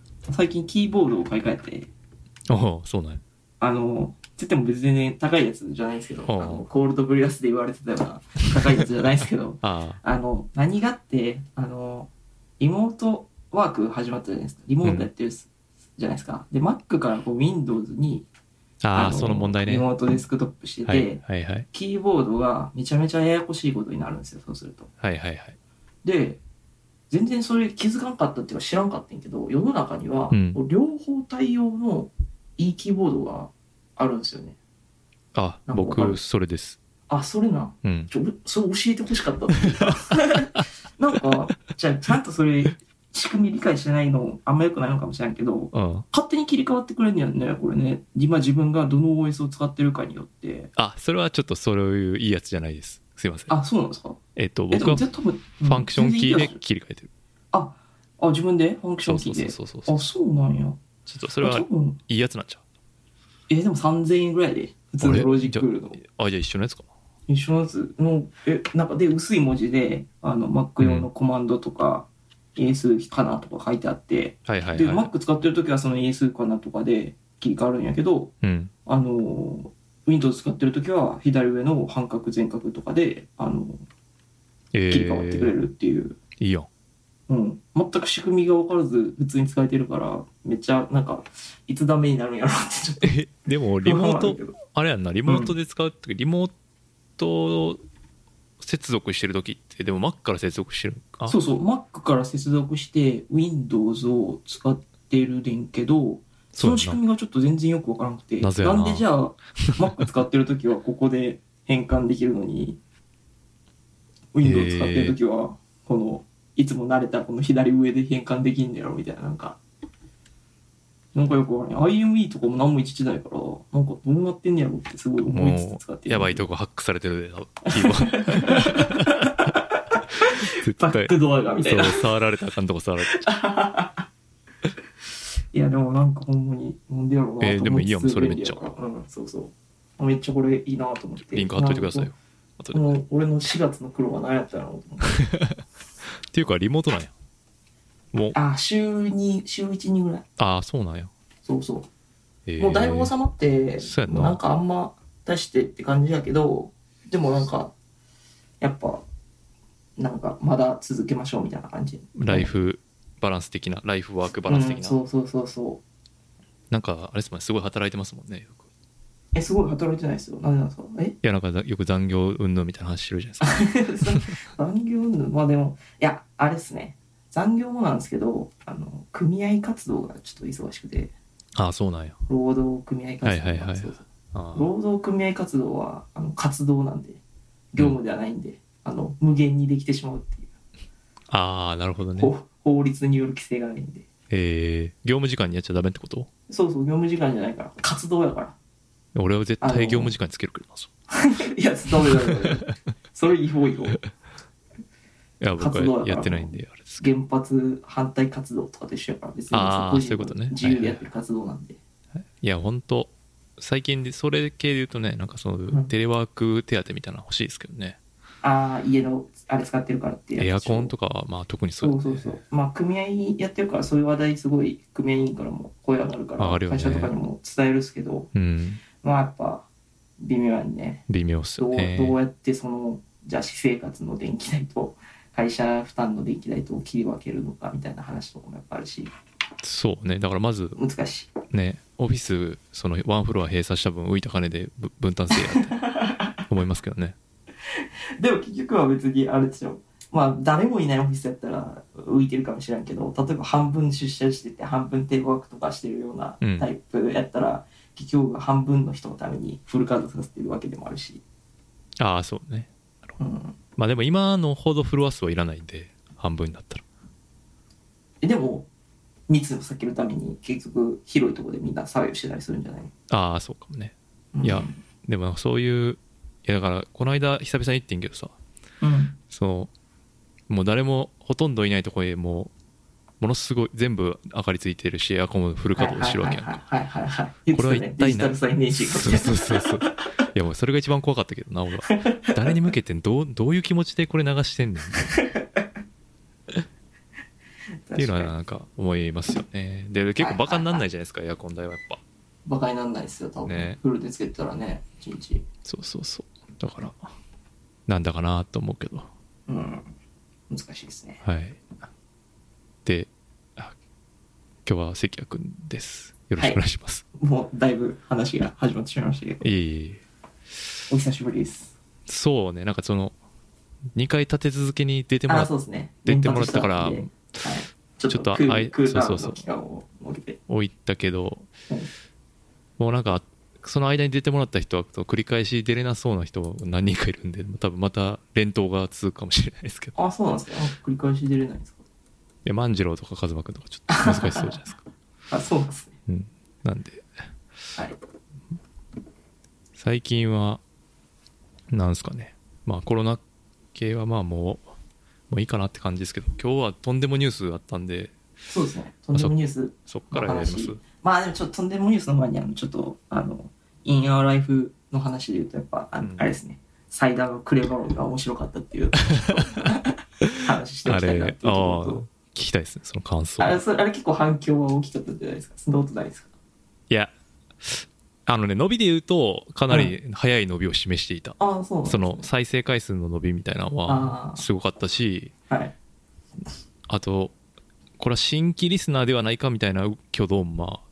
最近キーボードを買い替えて、 ああ、そうなんや。 つっても別に全然高いやつじゃないんですけど、 はあコールドブリュアスで言われてたような高いやつじゃないですけど、 あ何があって、リモートワーク始まったじゃないですか。リモートやってるじゃないですか。で、Mac からこう Windows に、 ああ、その問題ね。 リモートデスクトップしてて、 はいはいはい。 キーボードがめちゃめちゃややこしいことになるんですよ、そうすると。 はいはいはい。 で、全然それ気づかんかったっていうか知らんかったんやけど、世の中には、 うん両方対応のいいキーボードがあるんですよね。 あ、 なんかわかる僕、それです。 あ、それな。 うん。 それ教えてほしかったっていうかなんか、ちゃんとそれ、仕組み理解してないのあんま良くないのかもしれんけど、 うん。 勝手に切り替わってくれんねやんね、これね。今自分がどの OS を使ってるかによって。 あ、それはちょっとそういういいやつじゃないです。すいません。 あ、そうなんですか僕はでも多分、 ファンクションキーで切り替えてる。 あ、自分でファンクションキーで。 そうそうそうそう。 あ、そうなんや。 ちょっとそれはいいやつなんちゃう。 でも3000円ぐらいで、普通のロジックールの。 じゃあ一緒のやつかな。 一緒のやつの、なんかで、薄い文字で、Mac 用のコマンドとか、AS かなとか書いてあって、 はいはいはい。 で、Mac 使ってるときはその AS かなとかで切り替わるんやけど、 うん。 Windows 使ってるときは左上の半角全角とかで、切り替わってくれるっていう。 いいよ。 全く仕組みが分からず普通に使えてるから、めっちゃなんか、いつダメになるんやろってちょっと。 でもリモート、あれやんな、リモートで使うって、リモート接続してるときって、でも Mac から接続してるか。 そうそう、Mac から接続して Windows を使ってるねんけど、その仕組みがちょっと全然よくわからなくて、なんでじゃあ Mac 使ってるときはここで変換できるのに、Windows 使ってるときはこのいつも慣れたこの左上で変換できんねやろみたいな、なんかよくわからない。IME とかも何もいちいちないから、なんかどうなってんねやろってすごい思いつつ使ってる。 やばいとこハックされてるで、キーボード。 バックドアがみたいな。 そう、触られたらあかんとこ触られた。 いやでもなんかほんまになんでやろうなと思って。 でもいいやん、それめっちゃ。 そうそう。めっちゃこれいいなと思って。 リンク貼っといてくださいよ。 もう俺の4月の黒は何やったのと思って。 っていうかリモートなんや。もう。 週1、2ぐらい。 そうなんや。 そうそう。もうだいぶ収まって、なんかあんま出してって感じやけど、でもなんか、やっぱ、なんかまだ続けましょうみたいな感じ。 ライフバランス的な、ライフワークバランス的な。 そう。 なんか、あれですもんね、すごい働いてますもんね。 すごい働いてないですよ。なんでなんですか？ いや、なんかよく残業云々みたいな話してるじゃないですか。 残業云々、まあでも、いや、あれですね。残業もなんですけど、組合活動がちょっと忙しくて。 そうなんや。 労働組合活動。 はい。 労働組合活動は、活動なんで、業務ではないんで、無限にできてしまうっていう。 なるほどね。 法律による規制がないんで。 業務時間にやっちゃダメってこと？ そう、業務時間じゃないから。活動やから。 俺は絶対業務時間につけるけどな。 いや、ダメ。それ違法。いや、僕はやってないんで、あれですけど。原発反対活動とかと一緒やから、別にそういうことね。 自由でやってる活動なんで。 いや、ほんと、最近で、それ系で言うとね、なんかその、テレワーク手当みたいなの欲しいですけどね。 家の、あれ使ってるからっていう。 エアコンとかは、まあ特にそう。 そう。まあ、組合やってるから、そういう話題すごい、組合員からも声上がるから、会社とかにも伝えるっすけど、まあやっぱ、微妙にね。 微妙っすよね。 どうやってじゃあ私生活の電気代と、会社負担の電気代と切り分けるのかみたいな話とかもやっぱあるし。 そうね。だからまず、 難しい。ね、オフィス、そのワンフロア閉鎖した分浮いた金で分担せえやって思いますけどね。 でも結局は別にあれですよ。まあ誰もいないオフィスやったら浮いてるかもしれんけど、例えば半分出社してて半分テレワークとかしてるようなタイプやったら、結局半分の人のためにフル稼働させてるわけでもあるし。 そうね。まあでも今のほどフロア数はいらないんで、半分になったら。 でも密を避けるために結局広いところでみんな作業してたりするんじゃないの？ そうかもね。いや、でもそういうやだからこの間久々に行ってんけどさ、 うん、 そうもう誰もほとんどいないところでものすごい全部明かりついてるしエアコンもフル稼働してるわけやんか。これは一体何、そういやもうそれが一番怖かったけどな俺は。誰に向けてどういう気持ちでこれ流してんねんっていうのはなんか思いますよね。で結構バカになんないじゃないですか、エアコン代はやっぱバカになんないですよ多分、ね、フルでつけてたらね1日。 そうだからなんだかなと思うけど、 うん、難しいですね。 はい。で今日は関谷くんです。よろしくお願いします。 はい、もうだいぶ話が始まってしまいましたけど。お久しぶりです。 そうね、なんかその2回立て続けに出てもらったから、はい、ちょっとクーダウンの期間を置いたけど、もうなんかその間に出てもらった人は繰り返し出れなそうな人何人かいるんで、多分また連投が続くかもしれないですけど。 あ、そうなんですか。繰り返し出れないんですか。 いや万次郎とか一馬くんとかちょっと難しそうじゃないですか。 あ、そうなんですね。 うん、なんで、 はい、 最近はなんですかね、まあコロナ系はまあもういいかなって感じですけど、今日はとんでもニュースあったんで。 そうですね、とんでもニュース。 そっからやります。 まあでもちょっととんでもニュースの前にちょっとインアーライフの話で言うとやっぱあれですね、サイダーのクレバロンが面白かったっていう話しておきたいなっていうところと、 聞きたいですねその感想。 あれ結構反響は大きかったんじゃないですか。そんなことないですか。 いや伸びで言うとかなり早い伸びを示していた、 あ、そうなんですね。 その再生回数の伸びみたいなのはすごかったし、 はい、 あとこれは新規リスナーではないかみたいな挙動も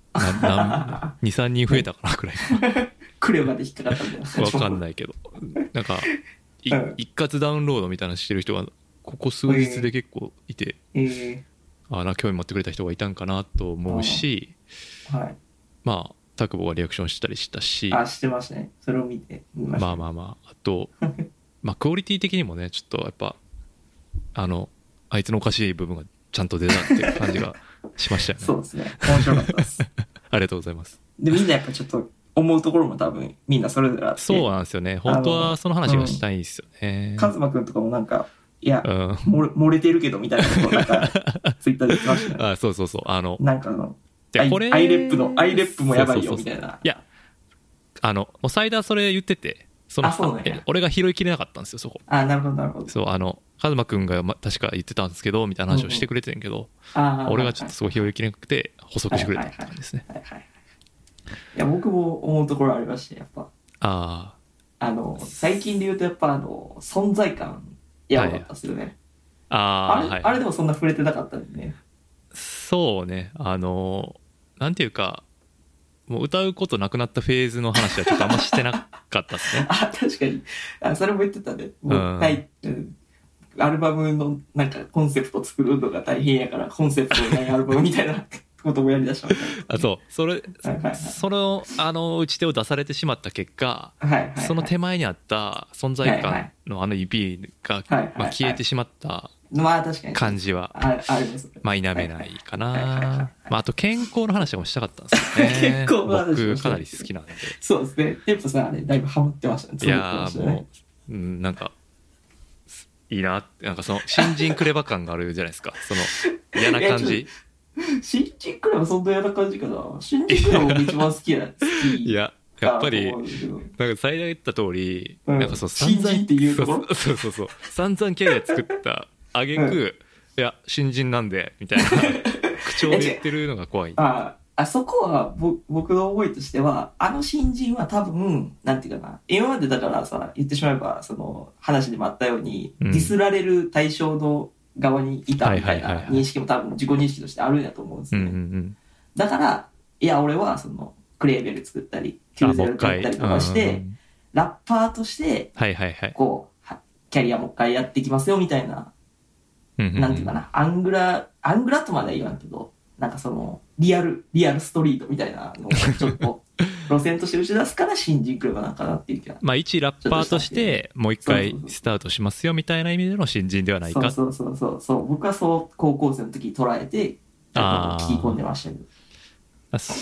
2、3人増えたかなくらいクレバで引っかかったんじゃないですか。 分かんないけどなんか一括ダウンロードみたいなのしてる人がここ数日で結構いて、興味持ってくれた人がいたんかなと思うし、 はい、 まあタクボがリアクションしたりしたし、 してましたね。それを見ました。 まああとまあクオリティ的にもねちょっとやっぱあいつのおかしい部分がちゃんと出たっていう感じがしましたよね。 そうですね、面白かったですありがとうございます。 でみんなやっぱちょっと思うところも多分みんなそれぞれあって、 そうなんですよね。本当はその話がしたいんですよね。 カズマくんとかもなんかいや、漏れてるけどみたいなことをなんかツイッターで言ってましたね。 あ、そうなんかこれアイレップもやばいよみたいな。 いやもうサイダーそれ言ってて、俺が拾いきれなかったんですよそこ。 あ、なるほどなるほど。 そうカズマくんが確か言ってたんですけどみたいな話をしてくれてんけど、俺がちょっとすごい拾いきれなくて補足してくれたって感じですね。 いや僕も思うところありまして、やっぱ最近で言うとやっぱ存在感やばかったですよね。あれでもそんな触れてなかったんでね。 そうね、なんていうかもう歌うことなくなったフェーズの話はちょっとあんましてなかったですね。 確かにそれも言ってたね。アルバムのなんかコンセプト作るのが大変やからコンセプトないアルバムみたいなこともやりだしたみたいな。 そうその打ち手を出されてしまった結果、その手前にあった存在感のEP が消えてしまった感じはまあ否めないかな。あと健康の話もしたかったんですよね。僕かなり好きなんで。 そうですね。テンポさんあれだいぶハマってましたね。 いやもうなんかいいなって、なんかその新人クレバ感があるじゃないですか。その嫌な感じ。 新人クレバそんな嫌な感じかな。新人クレバ僕一番好きいややっぱりなんか最大言った通り、なんか新人っていうところそう散々キャリア作った挙句、いや新人なんでみたいな口調で言ってるのが怖い。 そこは僕の思いとしては、新人は多分なんていうかな、今までだからさ言ってしまえばその話でもあったように、ディスられる対象の側にいたみたいな認識も多分自己認識としてあるんだと思うんですね。だからいや俺はそのクレーベル作ったりキューゼル作ったりとかして、ラッパーとしてこうキャリアもう一回やっていきますよみたいな、なんていうかな、アングラとまでは言わんけど、なんかそのリアルストリートみたいなのをちょっと路線として打ち出すから新人クレバなんかなっていう気がまあ一ラッパーとしてもう一回スタートしますよみたいな意味での新人ではないか。 そう僕はそう高校生の時捉えて聞き込んでましたけど。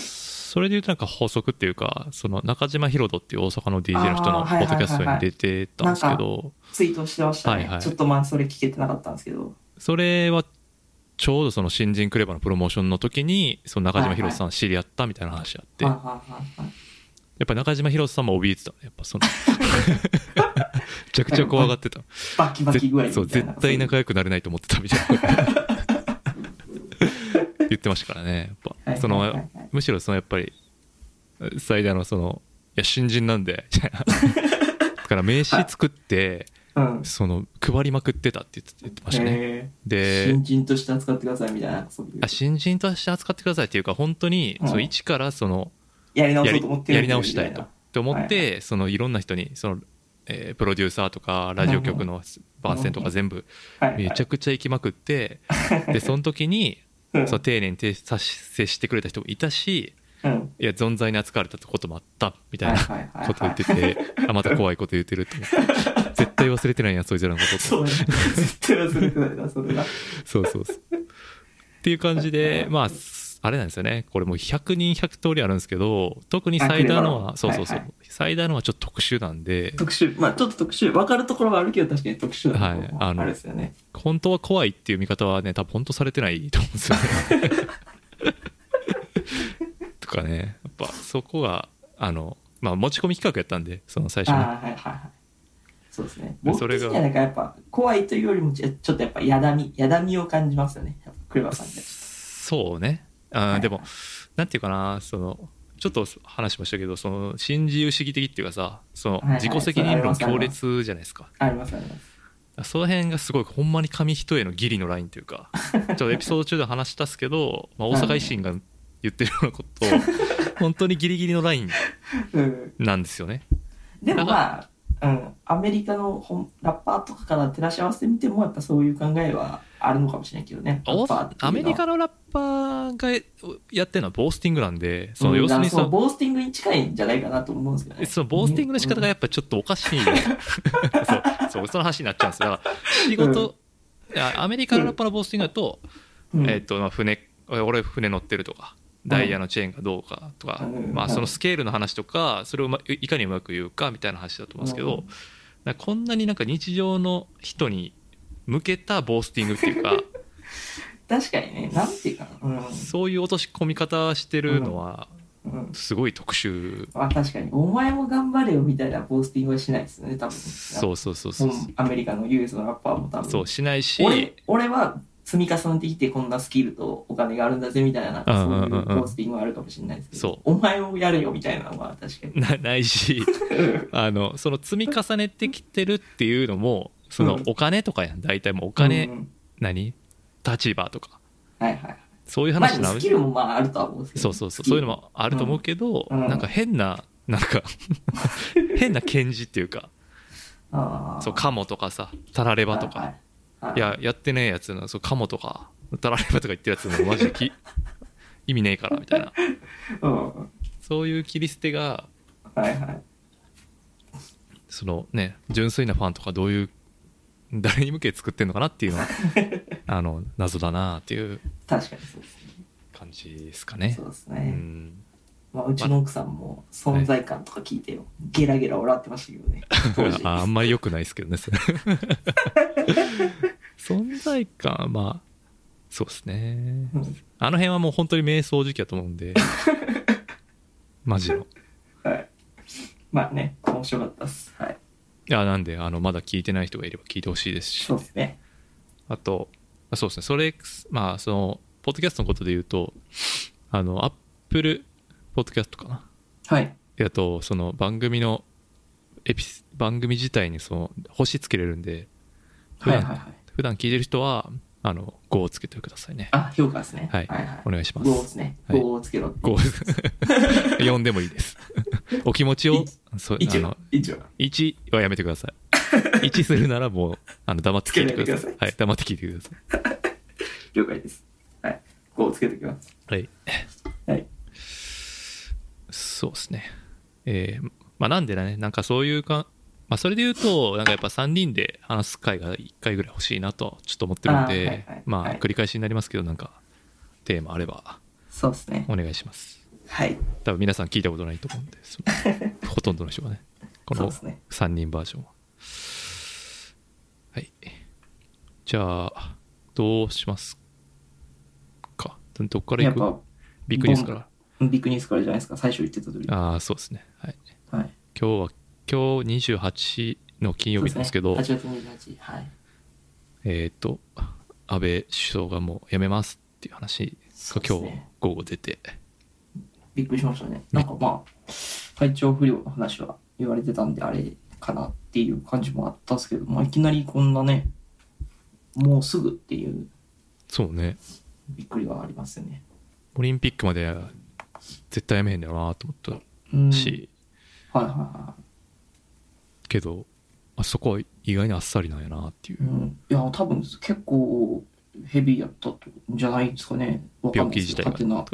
それでいうとなんか法則っていうか、その中島ヒロトっていう大阪の DJ の人のポッドキャストに出てたんですけど、 ツイートしてましたね、はいはい、ちょっとまあそれ聞けてなかったんですけど、 それはちょうどその新人クレバのプロモーションの時にその中島ヒロトさん知り合ったみたいな話あって、やっぱり中島ヒロトさんも怯えてたね、やっぱそのめちゃくちゃ怖がってた、 バキバキ具合みたいな、 そう絶対仲良くなれないと思ってたみたいな言ってましたからね。やっぱそのむしろそのやっぱり最大のそのいや新人なんでみたいなだから名刺作ってその配りまくってたって言ってましたね。で新人として扱ってくださいみたいな、 新人として扱ってくださいっていうか、本当にその一からそのやり直そうと思ってやり直したいと思って、そのいろんな人にそのプロデューサーとかラジオ局の番宣とか全部めちゃくちゃ行きまくって、でその時にその丁寧に接してくれた人もいたし、いや存在に扱われたこともあったみたいなことを言ってて、また怖いこと言ってると思って絶対忘れてないやそいつらのことと、 そうね、絶対忘れてないなそれがそうっていう感じで、まああれなんですよね、これもう100人100通りあるんですけど、特に最大のは最大のはちょっと特殊なんで、 まあちょっと特殊、分かるところはあるけど確かに特殊なところもあるんですよね。 本当は怖いっていう見方はね多分本当されてないと思うんですよねとかね、やっぱそこがまあ持ち込み企画やったんで、その最初にそうですね。僕的にはなんかやっぱ怖いというよりもちょっとやっぱやだみを感じますよね、やっぱクレバさんって。 そうね。でもなんていうかな、そのちょっと話しましたけど、その新自由主義的っていうかさ、その自己責任論強烈じゃないですか。 ありますその辺がすごいほんまに紙一重のギリのラインというかちょっとエピソード中で話したっすけど、まあ、大阪維新が言ってるようなこと本当にギリギリのラインなんですよね。 でもまあアメリカのラッパーとかから照らし合わせてみてもやっぱそういう考えはあるのかもしれないけどね。 アメリカのラッパーがやってるのはボースティングなんで、その要するにそのボースティングに近いんじゃないかなと思うんですけどね。 そのボースティングの仕方がやっぱちょっとおかしい、その話になっちゃうんですよ。だから仕事、アメリカのラッパーのボースティングだと、俺船乗ってるとかダイヤのチェーンがどうかとか、まあそのスケールの話とか、それをいかにうまく言うかみたいな話だと思うんですけど、こんなになんか日常の人に向けたボースティングっていうか確かにね、なんていうかな、 そういう落とし込み方してるのはすごい特殊。 確かにお前も頑張れよみたいなボースティングはしないですよね、多分。 そうアメリカの US のラッパーも多分そうしないし、 俺は積み重ねてきてこんなスキルとお金があるんだぜみたいな、そういうボースティングはあるかもしれないですけど、お前もやれよみたいなのは確かにないしその積み重ねてきてるっていうのもそのお金とかやん、大体もうお金、立場とか、そういう話なの。スキルもまああるとは思うんですけど、 そういうのもあると思うけど、なんか変な変な検事っていうか、そうカモとかさ、タラレバとか、やってねえやつのそうカモとかタラレバとか言ってるやつもマジで意味ねえからみたいな、そういう切り捨てが、そのね純粋なファンとかどういう誰に向けて作ってんのかなっていうのは謎だなっていう感じですかね。 そうですね。うちの奥さんも存在感とか聞いてよ、ゲラゲラ笑ってましたけどねあんまり良くないですけどね存在感、まあそうですね、あの辺はもう本当に瞑想時期だと思うんでマジのまあね、面白かったっす。 いや、なんでまだ聞いてない人がいれば聞いてほしいですし、 そうですね。 あとそうですね、それまあそのポッドキャストのことで言うとアップルポッドキャストかな、あとその番組の番組自体にその星つけれるんで、普段聞いてる人は5をつけてくださいね。 評価ですね。 お願いします。 5ですね。5をつけろって。 4でもいいです。お気持ちを 1 はやめてください。1するならもう黙って聞いてください。黙って聞いてください。 了解です。5をつけておきます。 そうですね。まあなんでね、なんかそういうまあそれで言うとなんかやっぱ3人で話す会が1回ぐらい欲しいなとちょっと思ってるんで、まあ繰り返しになりますけど、なんかテーマあればそうですね、 お願いします。 はい。 多分皆さん聞いたことないと思うんで、ほとんどの人がね、この3人バージョンは。はい。じゃあ、どうしますか。どっから行く？ビッグニュースから。 ビッグニュースからじゃないですか、最初言ってた通り。 ああ、そうですね。はい。 はい、 今日28の金曜日なんですけど、 8月28日、はい。 安倍首相がもう辞めますっていう話が今日午後出て、 びっくりしましたね。なんかまあ体調不良の話は言われてたんであれかなっていう感じもあったんですけど、まあ、いきなりこんなね、もうすぐっていう、 そうね、 びっくりはありますよね。 オリンピックまで絶対やめへんだよなと思ったし、 はいはいはい。 けどあそこは意外にあっさりなんやなっていう、 いや多分結構ヘビーやったんじゃないですかね。 病気自体が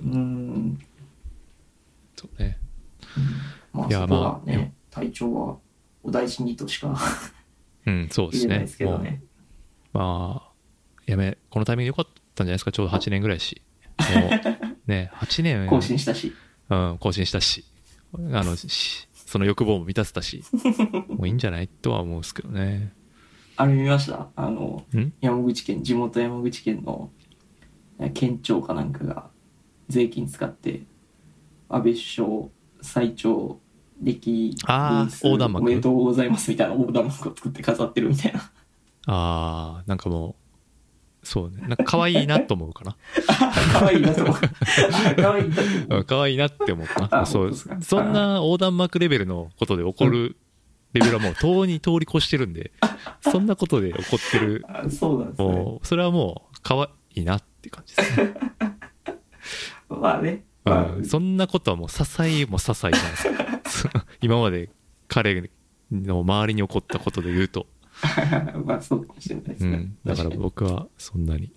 そうね、 まあそこはね、体調はお大事にとしかそうですね。 言えないですけどね。 まあこのタイミング良かったんじゃないですか。ちょうど8年ぐらいし、もうね8年更新したし、 更新したし、その欲望も満たせたしもういいんじゃないとは思うんですけどね。 あれ見ました？山口県、地元山口県の県庁かなんかが税金使って安倍首相最長歴横断幕おめでとうございますみたいな横断幕を作って飾ってるみたいな。なんかもうそうね、なんか可愛いなと思うかな。 可愛いなと思う。 可愛いなって思うかな。そんな横断幕レベルのことで起こるレベルはもうとうに通り越してるんで、そんなことで起こってる。 そうなんですね。 もうそれはもう可愛いなって感じですね。 まあね。 そんなことはもう些細じゃないですか。今まで彼の周りに起こったことで言うと。 まあそうかもしれないですね。 だから僕はそんなに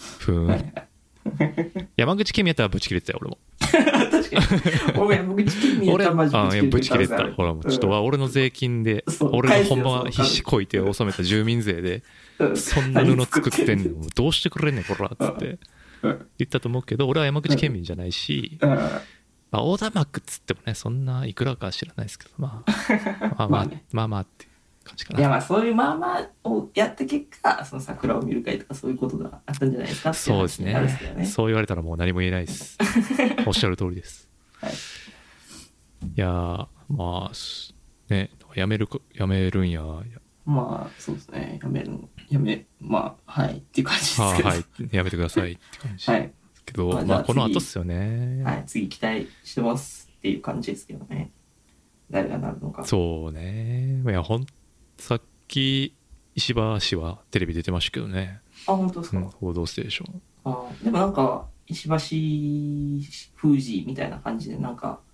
山口県民やったらブチ切れてたよ俺も。 確かに。俺山口県民やったらマジブチ切れてた。ほらもうちょっとは俺の税金で、俺がほんま必死こいて納めた住民税でそんな布作ってんのどうしてくれんねんこらっつって言ったと思うけど、俺は山口県民じゃないし、横断幕っつってもねそんないくらかは知らないですけど、まあって感じかな。 いやまあそういうまあまあをやった結果、その桜を見る会とかそういうことがあったんじゃないですかっていう話になるんですけどね。 そうですね。そう言われたらもう何も言えないです。おっしゃる通りです。 はい。 いやまあね、やめるんや。 まあそうですね。まあはいっていう感じですけど。 はい、やめてくださいって感じ。 はい。 けどまあこの後っすよね。 はい、次期待してますっていう感じですけどね。誰がなるのか。 そうね。いやさっき石破氏はテレビ出てましたけどね。 本当ですか。 報道ステーション。でもなんか石橋封じみたいな感じでなんか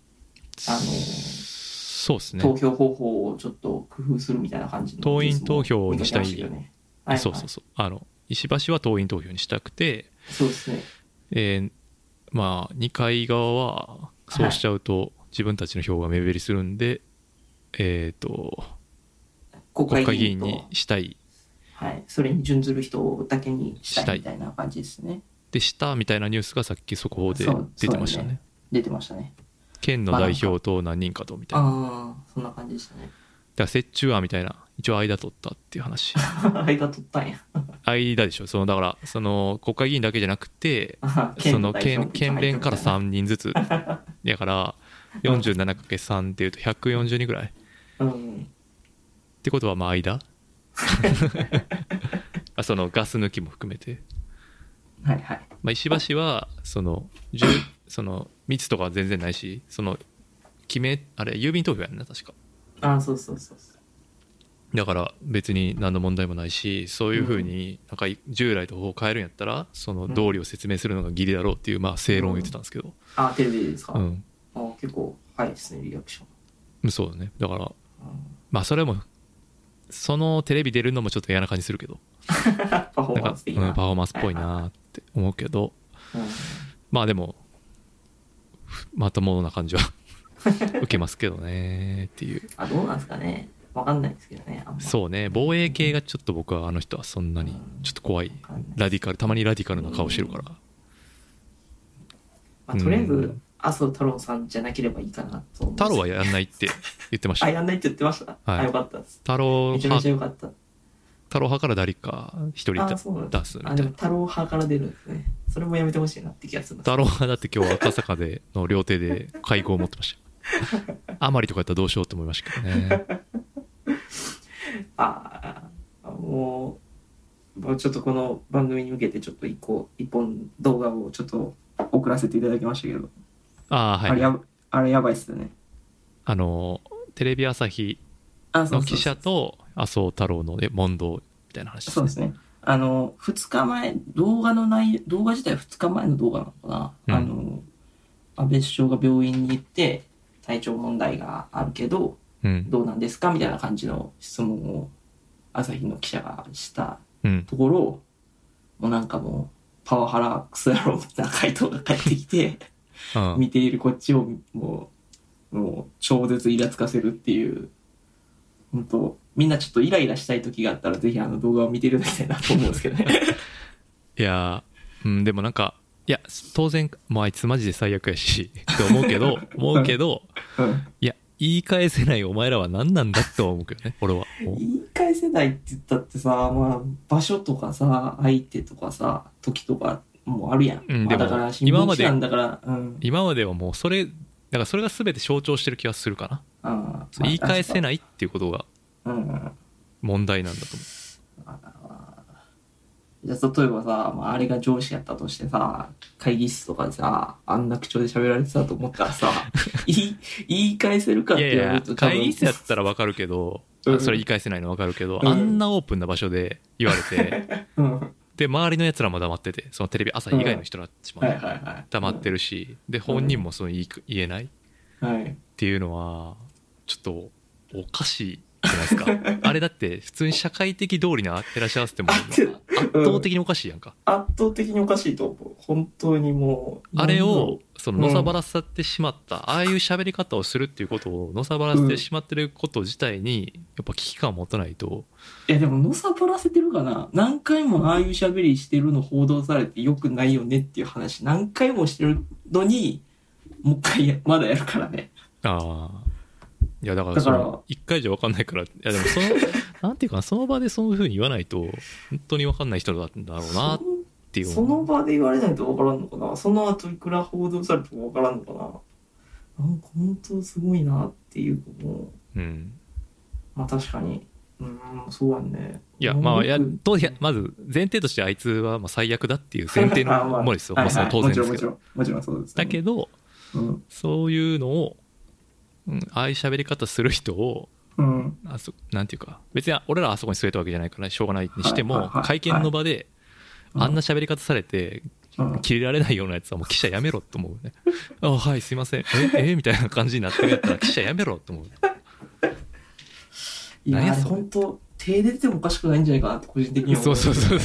そうですね。 投票方法をちょっと工夫するみたいな感じの党員投票にしたい。 はい、 そう石橋は党員投票にしたくて、 そうですね。まあ二階側はそうしちゃうと自分たちの票が目減りするんで、国会議員にしたい。 はい、それに準ずる人だけにしたいみたいな感じですね。 でしたみたいなニュースがさっき速報で出てましたね。 出てましたね。 県の代表と何人かとみたいな。 そんな感じでしたね。だから折衷案みたいな一応間取ったっていう話。 間取ったんや。 間でしょ。だからその国会議員だけじゃなくて、その県連から3人ずつだから 47×3 っていうと140人ぐらい。ってことはまあ間そのガス抜きも含めて、 はいはい。 まあ、石橋はその密とかは全然ないし、あれ郵便投票やんな確か。 そうだから別に何の問題もないし、そういうふうになんか従来と方を変えるんやったらその道理を説明するのが義理だろうっていうまあ正論を言ってたんですけど。 テレビですか。結構早いですねリアクション。そうだね。だからまあそれもそのテレビ出るのもちょっと嫌な感じするけどパフォーマンス的なパフォーマンスっぽいなって思うけど、まあでもまともな感じは受けますけどねっていう。 どうなんですかね、分かんないですけどね。 そうね、防衛系がちょっと僕は人はそんなにちょっと怖い、たまにラディカルな顔してるから、 とりあえず麻生太郎さんじゃなければいいかなと思う。 太郎はやんないって言ってました。 やんないって言ってました。はい、よかったです。 太郎めちゃめちゃよかった。 太郎派から誰か一人出すみたいな。 でも太郎派から出るんですね。それもやめてほしいなって気がする。 太郎派だって今日赤坂での料亭で会合を持ってました。あまりとかやったらどうしようと思いましたけどね。 もうちょっとこの番組に向けてちょっと一本動画をちょっと送らせていただきましたけど。 はい。 あれやばいっすよね。 テレビ朝日の記者と麻生太郎の問答みたいな話ですね。 そうですね。2日前、動画自体2日前の動画なのかな。安倍首相が病院に行って、体調問題があるけど、どうなんですかみたいな感じの質問を朝日の記者がしたところ、もうなんかもう、パワハラクソ野郎みたいな回答が返ってきて、見ているこっちをもう超絶イラつかせるっていう、本当みんなちょっとイライラしたい時があったらぜひ動画を見ていただきたいなと思うんですけどね。 いやでもなんかいや当然もうあいつマジで最悪やしって思うけどいや言い返せないお前らは何なんだって思うけどね、俺は。 言い返せないって言ったってさ、場所とかさ、相手とかさ、時とかもあるやん。 でもだから新聞記者なんだから、 今まではもうそれだからそれが全て象徴してる気がするかな。言い返せないっていうことが問題なんだと思う。 じゃあ例えばさ、あれが上司やったとしてさ、会議室とかでさ、あんな口調で喋られてたと思ったらさ、言い返せるかって言われると会議室やったら分かるけど、それ言い返せないの分かるけど、あんなオープンな場所で言われて、で周りのやつらも黙ってて、そのテレビ朝日以外の人たちも黙ってるし、で本人もその言えないっていうのはちょっとおかしいじゃないですか。あれだって普通に社会的道理に照らし合わせても圧倒的におかしいやんか。 圧倒的におかしいと思う。本当にもうあれをそののさばらせてしまった、ああいう喋り方をするっていうことをのさばらせてしまってること自体にやっぱ危機感を持たないと。 いやでものさばらせてるかな。何回もああいう喋りしてるの報道されてよくないよねっていう話何回もしてるのにもう一回まだやるからね。 いやだからその1回じゃ分かんないから。いやでもなんていうかな、その場でそういう風に言わないと本当に分かんない人だんだろうなっていう。 その場で言われないと分からんのかな。その後いくら報道されても分からんのかな。なんか本当すごいなっていうのも、確かにそうやね。 いやまず前提としてあいつは最悪だっていう前提のものですよ。当然ですけど。 もちろんそうです、ね。 だけど、そういうのをああいう喋り方する人を、なんていうか別に俺らあそこに据えたわけじゃないからしょうがないにしても、会見の場であんな喋り方されて切れられないようなやつはもう記者やめろと思うね。はいすいませんみたいな感じになってるやったら記者やめろと思う。 いやあれ本当手出てもおかしくないんじゃないかなって個人的に思う。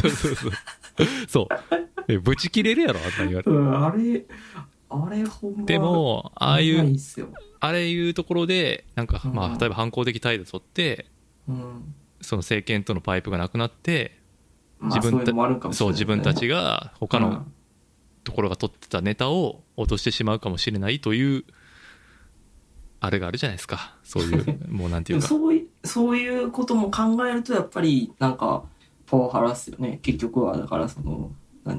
そうぶち切れるやろあんな言われあれほんま。 でもああいうあれいうところでなんか例えば反抗的態度を取って、その政権とのパイプがなくなって自分たちが他のところが取ってたネタを落としてしまうかもしれないというあれがあるじゃないですか。そういうもうなんていうかそういうことも考えるとやっぱりなんかパワハラっすよね結局は。だからその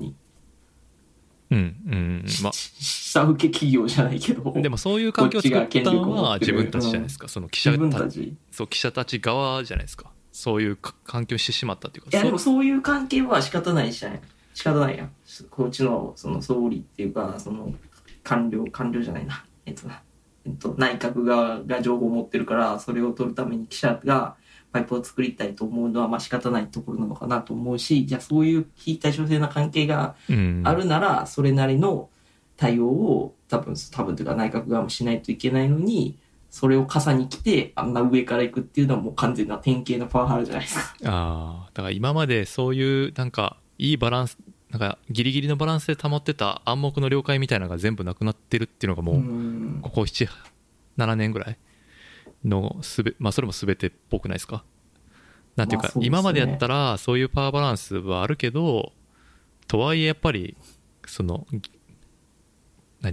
下請け企業じゃないけど、 でもそういう環境を作ったのは自分たちじゃないですか。その記者たち側じゃないですか。そういう環境にしてしまったっていうか。 いやでもそういう関係は仕方ないじゃない。仕方ないやん。こっちのその総理っていうかその官僚じゃないな。内閣側が情報を持ってるからそれを取るために記者がパイプを作りたいと思うのは仕方ないところなのかなと思うし、じゃあそういう非対称性な関係があるならそれなりの対応を多分というか内閣側もしないといけないのに、それを傘に来てあんな上から行くっていうのはもう完全な典型のパワハラじゃないですか。 だから今までそういうなんかいいバランスなんかギリギリのバランスで保ってた暗黙の了解みたいなのが全部なくなってるっていうのがもうここ 7年ぐらいのそれも全てっぽくないですか。なんていうか、今までやったらそういうパワーバランスはあるけどとはいえやっぱりその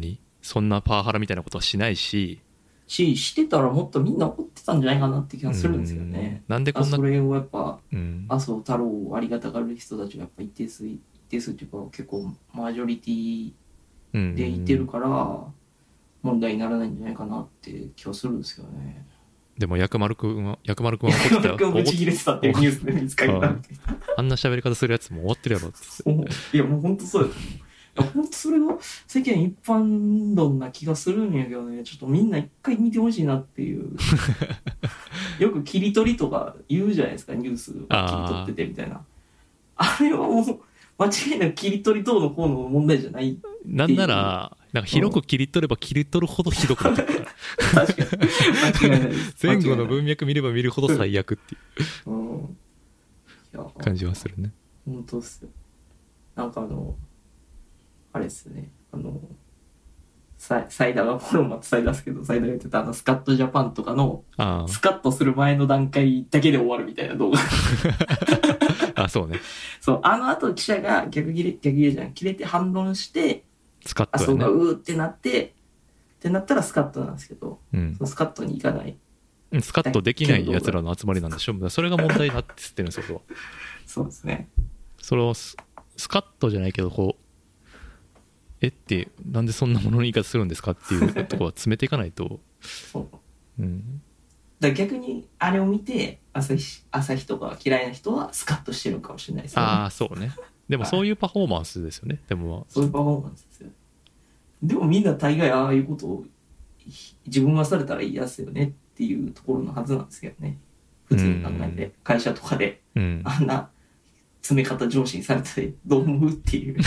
そんなパワハラみたいなことはしないし、 してたらもっとみんな怒ってたんじゃないかなって気がするんですよね。 なんでこんなそれをやっぱ、麻生太郎をありがたがる人たちがやっぱ一定数っていうか結構マジョリティでいてるから問題にならないんじゃないかなって気がするんですけどね。 でも薬丸くんは怒ってたよ。 ブチ切れてたっていうニュースで見つかりた。 あんな喋り方するやつも終わってるやろって。 いやもう本当そうやと思う。本当それが世間一般論な気がするんやけどね。ちょっとみんな一回見てほしいなっていう。よく切り取りとか言うじゃないですか、ニュースを切り取っててみたいな。あれはもう間違いなく切り取り等の方の問題じゃないっていう。 なんならなんか広く切り取れば切り取るほどひどくなってくるから確かに間違いないです。 前後の文脈見れば見るほど最悪っていう感じはするね。 本当っすよ。なんかあれっすね、サイダーがこれもまたサイダーですけど、サイダーが言ってたスカットジャパンとかのスカッとする前の段階だけで終わるみたいな動画あ、そうね。 そう、後記者が逆切れて反論してスカット、ね、 そうがうーってなったらスカットなんですけど、そのスカットに行かない、 スカッとできない奴らの集まりなんでしょ。それが問題になって言ってるんですよ。 そうですね。 それをスカッとじゃないけどこうってなんでそんなものの言い方するんですかっていうところは詰めていかないと。 そう。だ逆にあれを見て朝日とか嫌いな人はスカッとしてるかもしれないですよね。 ああそうね。でもそういうパフォーマンスですよね。でもそういうパフォーマンスですよ。でもみんな大概ああいうことを自分はされたら嫌ですよねっていうところのはずなんですけどね。普通に考えて会社とかであんな詰め方上司にされてどう思うっていう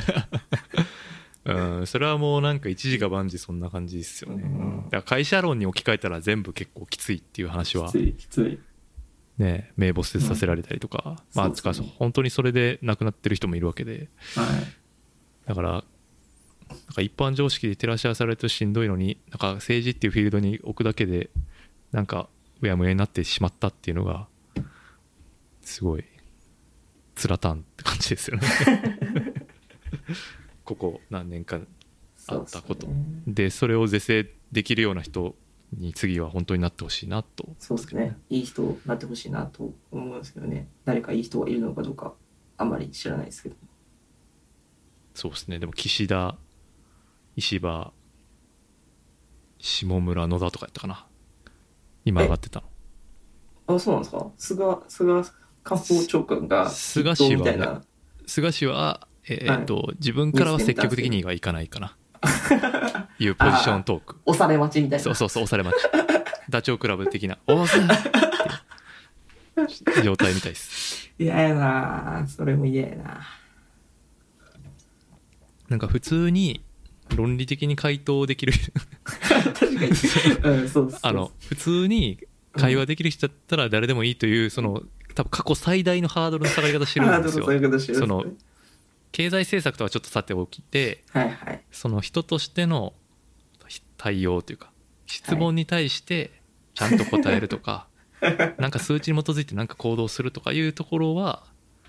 それはもうなんか一時が万事そんな感じですよね。だから会社論に置き換えたら全部結構きついっていう話はきついね、名簿捨てさせられたりとか、本当にそれで亡くなってる人もいるわけで、だからなんか一般常識で照らし合わされるとしんどいのに、なんか政治っていうフィールドに置くだけでなんかうやむやになってしまったっていうのがすごいつらたんって感じですよねここ何年かあったことで、それを是正できるような人に次は本当になってほしいなと。 そうですね。いい人になってほしいなと思うんですけどね。誰かいい人がいるのかどうかあんまり知らないですけど。 そうですね。でも岸田、石破、下村、野田とかやったかな。今上がってたの。あ、そうなんですか。菅官房長官が菅氏は、自分からは積極的にはいかないかないうポジショントーク。 押され待ちみたいな。 そう押され待ち。ダチョウ倶楽部的な押せって状態みたいです。 嫌やな、それも嫌やな。 なんか普通に論理的に回答できる確かに、そう普通に会話できる人だったら誰でもいいという、その多分過去最大のハードルの下がり方してるんですよ。その経済政策とはちょっとさておきて、その人としての対応というか質問に対してちゃんと答えるとか、なんか数値に基づいてなんか行動するとかいうところは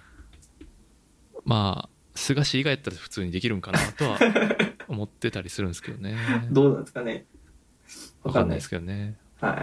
まあ菅氏以外やったら普通にできるんかなとは思ってたりするんですけどね。 どうなんですかね。 分かんないですけどね。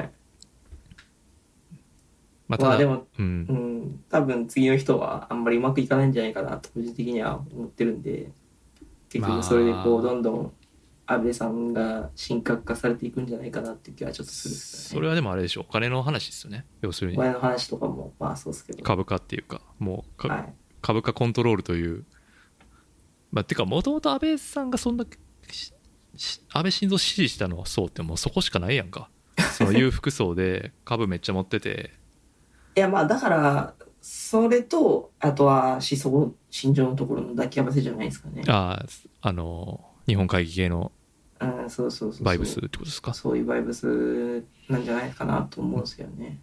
まあでも、多分次の人はあんまりうまくいかないんじゃないかなと個人的には思ってるんで、結局それでこうどんどん安倍さんが神格化されていくんじゃないかなっていう気はちょっとするんですよね。 それはでもあれでしょ、お金の話ですよね。要するにお金の話とかもまあそうですけど、 株価っていうかもう株価コントロールという、てかもともと安倍さんがそんな安倍晋三支持したのはそうってもうそこしかないやんか。その裕福層で株めっちゃ持ってていやまあだからそれとあとは思想信条のところの抱き合わせじゃないですかね。 日本会議系のそうバイブスってことですか。 そういうバイブスなんじゃないかなと思うんですけどね。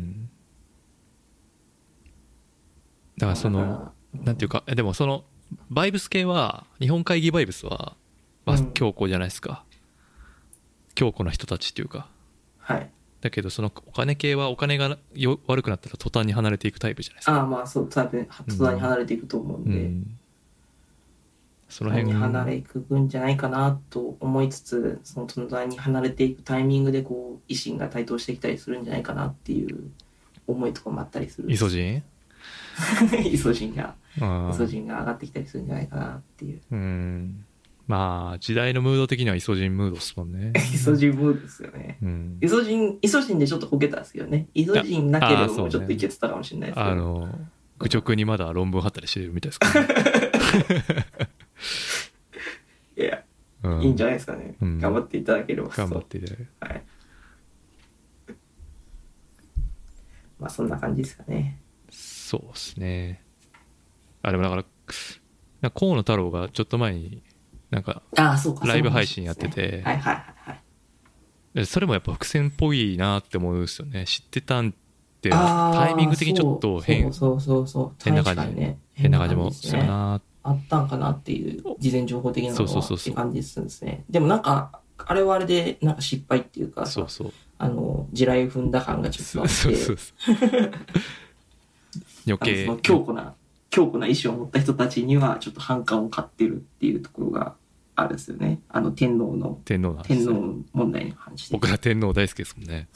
だからそのなんていうか、でもそのバイブス系は日本会議バイブスは強固じゃないですか。強固な人たちっていうか。だけどそのお金系はお金が悪くなったら途端に離れていくタイプじゃないですか。 まあそう途端に離れていくと思うんで、 その辺に離れていくんじゃないかなと思いつつ、その隣に離れていくタイミングでこう維新が台頭してきたりするんじゃないかなっていう思いとかもあったりする。 イソジンイソジンが上がってきたりするんじゃないかなっていう。 まあ時代のムード的にはイソジンムードですもんね。 イソジンムードですよね。イソジンでちょっとこけたんですけどね。イソジンなければもうちょっといけてたかもしれないですけど。 愚直にまだ論文貼ったりしてるみたいですからね。 いや、いいんじゃないですかね。頑張っていただければ。 頑張っていただければ。 はい。まあそんな感じですかね。 そうですね。でもだから河野太郎がちょっと前になんかライブ配信やってて、それもやっぱ伏線っぽいなって思うんですよね。知ってたんでタイミング的にちょっと変な感じ、変な感じもするな。 あったんかなっていう事前情報的なのはって感じするんですね。でもなんかあれはあれでなんか失敗っていうか、地雷踏んだ感がちょっとあって余計強固な意志を持った人たちにはちょっと反感を買ってるっていうところがあるんですよね。天皇問題に関して。 僕ら天皇大好きですもんね。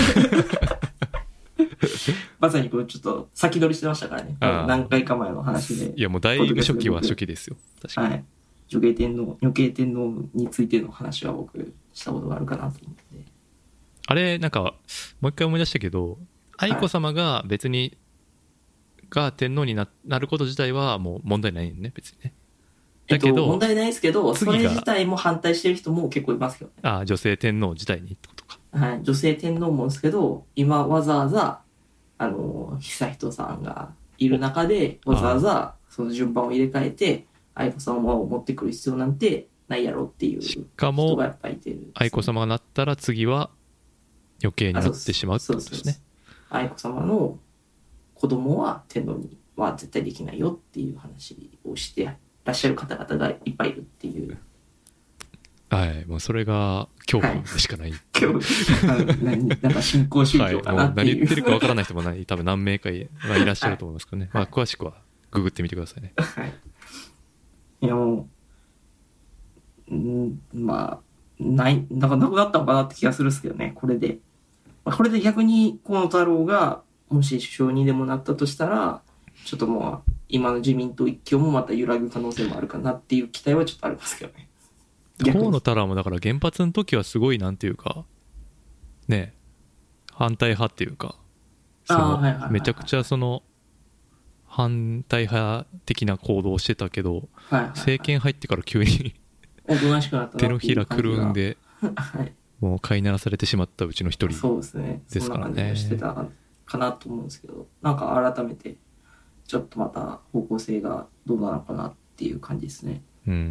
まさにこれちょっと先取りしてましたからね。何回か前の話で。 いやもうだいぶ初期は初期ですよ。確かに。はい。 女系天皇についての話は僕したことがあるかなと思って。 あれなんかもう一回思い出したけど、愛子様が別にが天皇に なること自体はもう問題ないよね別にね。 だけど問題ないですけど、それ自体も反対してる人も結構いますけどね。 女性天皇自体にってことか。 はい、女性天皇もですけど、今わざわざ悠仁さんがいる中でわざわざその順番を入れ替えて愛子さまを持ってくる必要なんてないやろっていう人がやっぱりいてる、ね。 愛子さまがなったら次は余計になってしまうってことですね。 愛子さまの子供は天皇には絶対できないよっていう話をしてらっしゃる方々がいっぱいいるっていう。 はい、もうそれが恐怖でしかない。 恐怖。なんか信仰宗教かなっていう。 何言ってるかわからない人も多分何名かいらっしゃると思いますけどね。まあ詳しくはググってみてくださいね。 はい。いやもう、まあなんかなくなったのかなって気がするんですけどね。これで逆に河野太郎がもし首相にでもなったとしたら、ちょっともう今の自民党一強もまた揺らぐ可能性もあるかなっていう期待はちょっとありますけどね。 河野太郎もだから原発の時はすごいなんていうかね、反対派っていうか、めちゃくちゃその反対派的な行動をしてたけど、政権入ってから急に手のひらくるんでもう飼いならされてしまったうちの一人ですからね。 してたかなと思うんですけど、なんか改めてちょっとまた方向性がどうなのかなっていう感じですね。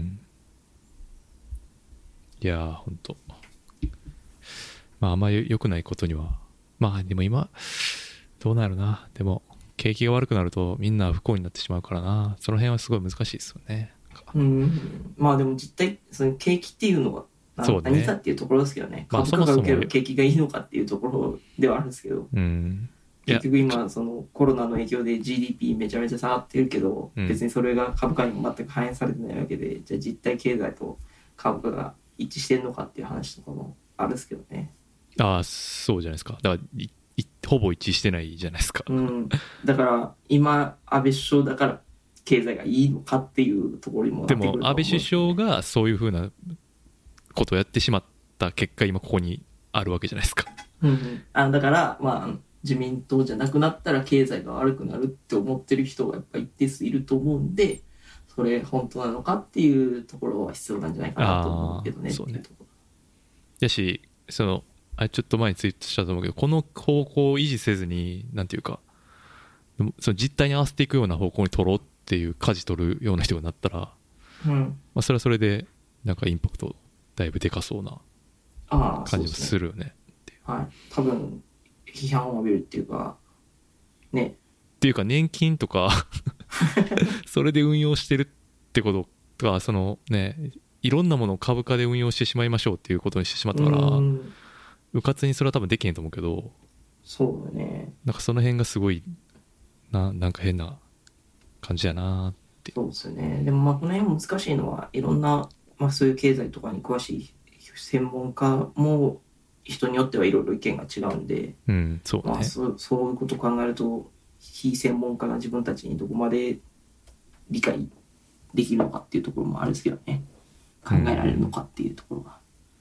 いやーほんとまああんまり良くないことには、まあでも今どうなるな。でも景気が悪くなるとみんな不幸になってしまうからな。その辺はすごい難しいですよね。 まあでも実態その景気っていうのは何かっていうところですけどね。株価が受ける景気がいいのかっていうところではあるんですけど、結局今そのコロナの影響で GDP めちゃめちゃ下がってるけど、別にそれが株価にも全く反映されてないわけで、じゃあ実体経済と株価が一致してんのかっていう話とかもあるんですけどね。 そうじゃないですか。だからほぼ一致してないじゃないですか。 だから今安倍首相だから経済がいいのかっていうところにもなってくると思う。 でも安倍首相がそういうふうなことをやってしまった結果今ここにあるわけじゃないですか。 だからまあ自民党じゃなくなったら経済が悪くなるって思ってる人がやっぱ一定数いると思うんで、それ本当なのかっていうところは必要なんじゃないかなと思うけどね。そうね。 だしちょっと前にツイートしたと思うけど、この方向を維持せずになんていうか、その実態に合わせていくような方向に取ろうっていう舵取るような人がなったら、それはそれでなんかインパクトだいぶでかそうな感じもするよね。 多分批判を浴びるっていうかね。 っていうか年金とかそれで運用してるってことが、そのね、いろんなものを株価で運用してしまいましょうっていうことにしてしまったから、うかつにそれは多分できへんと思うけど、 そうだね。 なんかその辺がすごいなんか変な感じやなって。 そうですよね。でもまあこの辺難しいのはいろんな、まあ、そういう経済とかに詳しい専門家も人によってはいろいろ意見が違うんで、 そうね。 まあ、そういうことを考えると非専門家な自分たちにどこまで理解できるのかっていうところもあるんですけどね。考えられるのかっていうところが。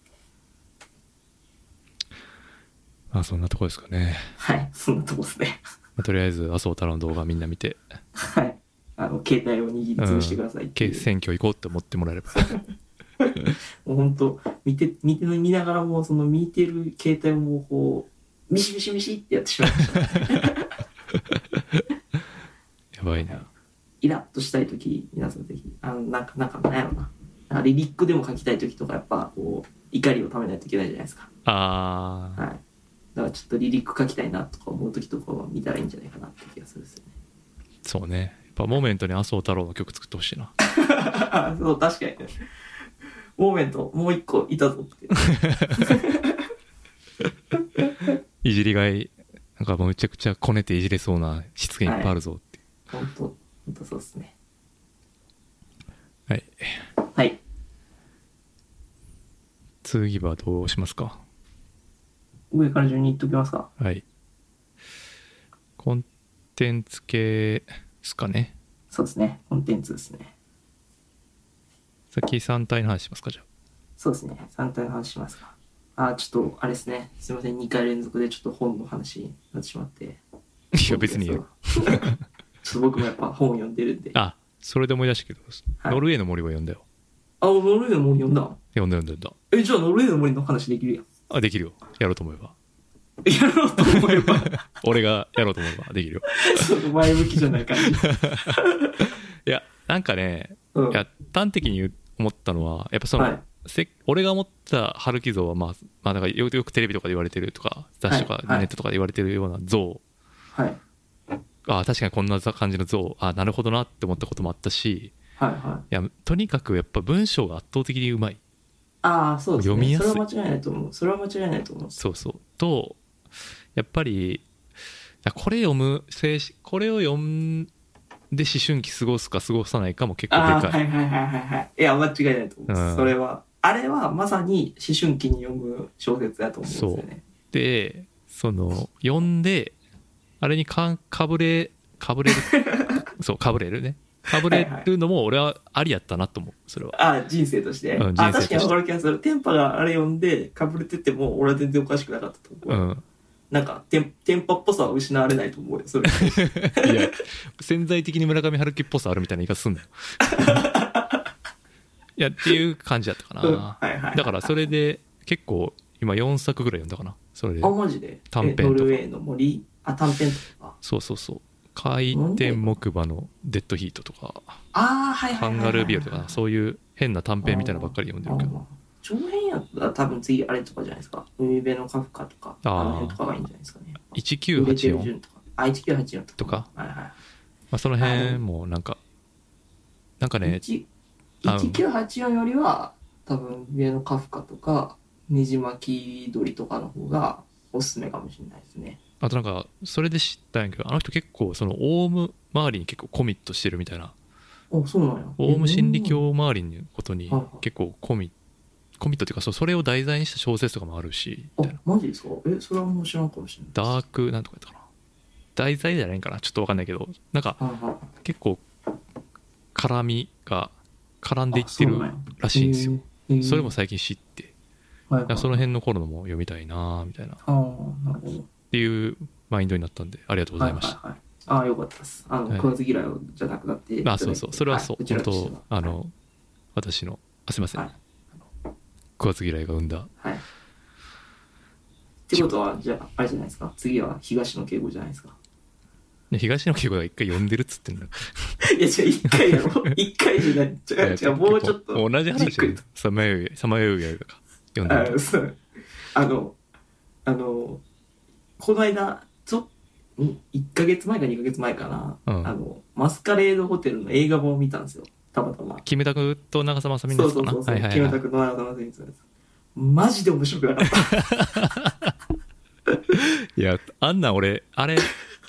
まあそんなとこですかね。 はい、そんなとこですね。 とりあえず麻生太郎の動画みんな見て、 はい、携帯を握りつぶしてくださいっていう、 選挙行こうって思ってもらえればもう本当見ながらもその見てる携帯をもうこうミシミシミシってやってしまいましたやばいな。 イラッとしたいとき皆さんぜひなんかなんやろな、リリックでも書きたいときとかやっぱこう怒りをためないといけないじゃないですか。 はい。 だからちょっとリリック書きたいなとか思うときとかは見たらいいんじゃないかなって気がするんですよね。 そうね。やっぱモーメントに麻生太郎の曲作ってほしいな。 そう確かにね。モーメントもう一個いたぞっていじりがいなんかもうめちゃくちゃこねていじれそうな失言いっぱいあるぞって。 本当そうですね。 はいはい。 次はどうしますか。 上から順に言っときますか。 はい。コンテンツ系ですかね。 そうですね。コンテンツですね。 さっき3体の話しますか。じゃあそうですね。3体の話しますか。ちょっとあれですね。すいません。2回連続でちょっと本の話になってしまって。いや別にいいよちょっと僕もやっぱ本を読んでるんで。 それで思い出したけど、はい、ノルウェーの森は読んだよ。 ノルウェーの森読んだ。 読んだ。 じゃあノルウェーの森の話できるやん。 できるよ。やろうと思えば。 やろうと思えば俺がやろうと思えばできるよ。 ちょっと前向きじゃない感じ。 いやなんかね、いや端的に思ったのはやっぱその、はい、俺が思った春樹像はまあだからよくテレビとかで言われてるとか雑誌とかネットとかで言われてるような像、 はい、 確かにこんな感じの像なるほどなって思ったこともあったし、 はいはい、 いやとにかくやっぱ文章が圧倒的にうまい。 そうですね。 読みやすい。 それは間違いないと思う。 そうとやっぱりこれを読んで思春期過ごすか過ごさないかも結構でかい。 はい。いや間違いないと思う、それはあれはまさに思春期に読む小説だと思うんですよね。 でその読んであれにかぶれるそうかぶれるね。かぶれるのも俺はありやったなと思う。それは人生として、確かに分かる気がする。テンパがあれ読んでかぶれてても俺は全然おかしくなかったと思う、なんかテンパっぽさは失われないと思うよそれ。 いや潜在的に村上春樹っぽさあるみたいな言い方すんだよ。いやっていう感じだったかな、だからそれで結構今4作ぐらい読んだかな。それでマジで短編とかノルウェーの森短編とかそう回転木馬のデッドヒートとかハンガルービアとかそういう変な短編みたいなばっかり読んでるけど、 長編やったら多分次あれとかじゃないですか。海辺のカフカとかあの辺とかがいいんじゃないですかね。 1984 とか1984 とか、その辺もなんかね 1984よりは多分上のカフカとかねじ巻き鳥とかの方がおすすめかもしれないですね。 あとなんかそれで知ったんやけどあの人結構そのオウム周りに結構コミットしてるみたいな。 そうなんや。 オウム真理教周りのことに結構コミットっていうかそれを題材にした小説とかもあるしみたいな。 マジですか。それはもう知らんかもしれない。 ダークなんとかやったかな。題材じゃないんかなちょっと分かんないけどなんか結構絡んでいってるらしいんですよ。それも最近知って、その辺の頃のも読みたいなみたいなっていうマインドになったんでありがとうございました。 よかったです。食わず嫌いじゃなくなってそうそれはそう、本当私のすいません、食わず嫌いが生んだ。 ってことはじゃああれじゃないですか。次は東野圭吾じゃないですか。 東野圭吾が一回読んでるっつってんだ。 いや違う一回やろ。一回じゃない。違うもうちょっと同じ話でさまようやとか読んでる。 この間1ヶ月前か2ヶ月前かな、マスカレードホテルの映画版を見たんですよ。たまたまキムタクと長澤まさみのやつかな。 そうキムタクと長澤まさみのやつ。マジで面白くなかった。 いや俺あれ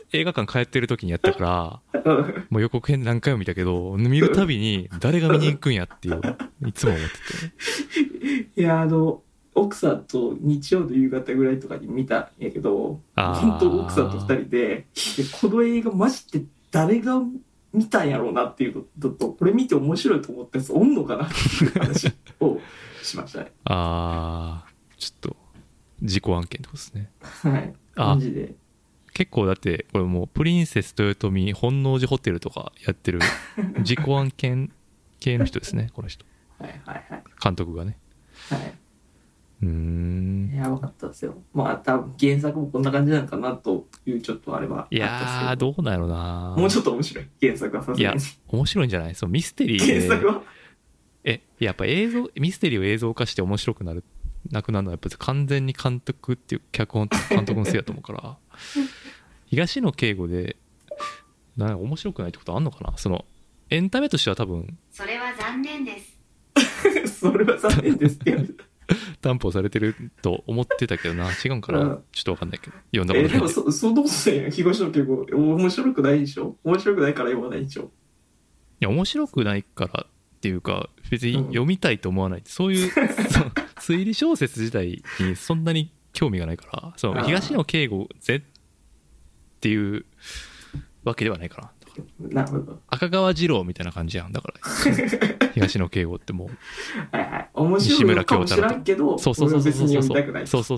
映画館帰ってる時にやったからもう予告編何回も見たけど見るたびに誰が見に行くんやっていういつも思ってていや奥さんと日曜の夕方ぐらいとかに見たんやけど本当奥さんと2人でこの映画マジで誰が見たんやろうなっていうのとこれ見て面白いと思ったやつおんのかなっていう話をしましたね。 ちょっと自己案件ってことですね。 はいマジで結構だってこれもうプリンセス豊臣本能寺ホテルとかやってる自己案件系の人ですねこの人。 はいはいはい監督がね。 はいやばかったですよ。まあ多分原作もこんな感じなのかなというちょっとあれはあったんですけど。 いやーどうなんやろな。 もうちょっと面白い原作はさすがに。 いや面白いんじゃない。そうミステリーで原作はやっぱミステリーを映像化して面白くなるなくなるのはやっぱ完全に監督っていう脚本監督のせいやと思うから東野圭吾で面白くないってことあんのかな。そのエンタメとしては多分それは残念ですそれは残念ですって担保されてると思ってたけどな。違うんかな、ちょっと分かんないけど読んだことないんで。 でもそのせいや東野圭吾面白くないでしょ。面白くないから読まないでしょ。いや面白くないからっていうか別に読みたいと思わない、そういう推理小説自体にそんなに興味がないからその東野圭吾ぜっていうわけではないかな。 なるほど。 赤川次郎みたいな感じやんだから東野圭吾ってもうはいはい面白いのかもしらんけどそう俺は別に読みたくない。 そう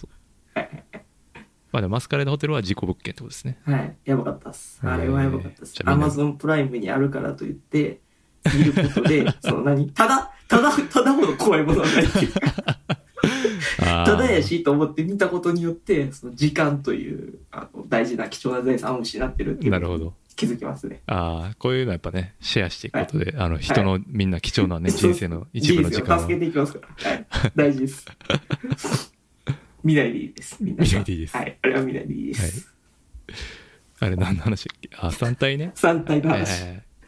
まあでもマスカレードホテルは事故物件ってことですね。 はいやばかったっす。あれはやばかったっす。Amazon プライムにあるからといって見ることでそのただほど怖いものはないっていうかただやしと思って見たことによってその時間という大事な貴重な財産を失ってるっていう。 なるほど。 気づきますね。 こういうのやっぱねシェアしていくことで、人のみんな貴重なね、人生の一部の時間を助けていきますから、はい、大事です見ないでいいです。見ないでいいです。 はい、あれは見ないでいいです、 はい、あれ何の話だっけ。3体ね。 3体の話、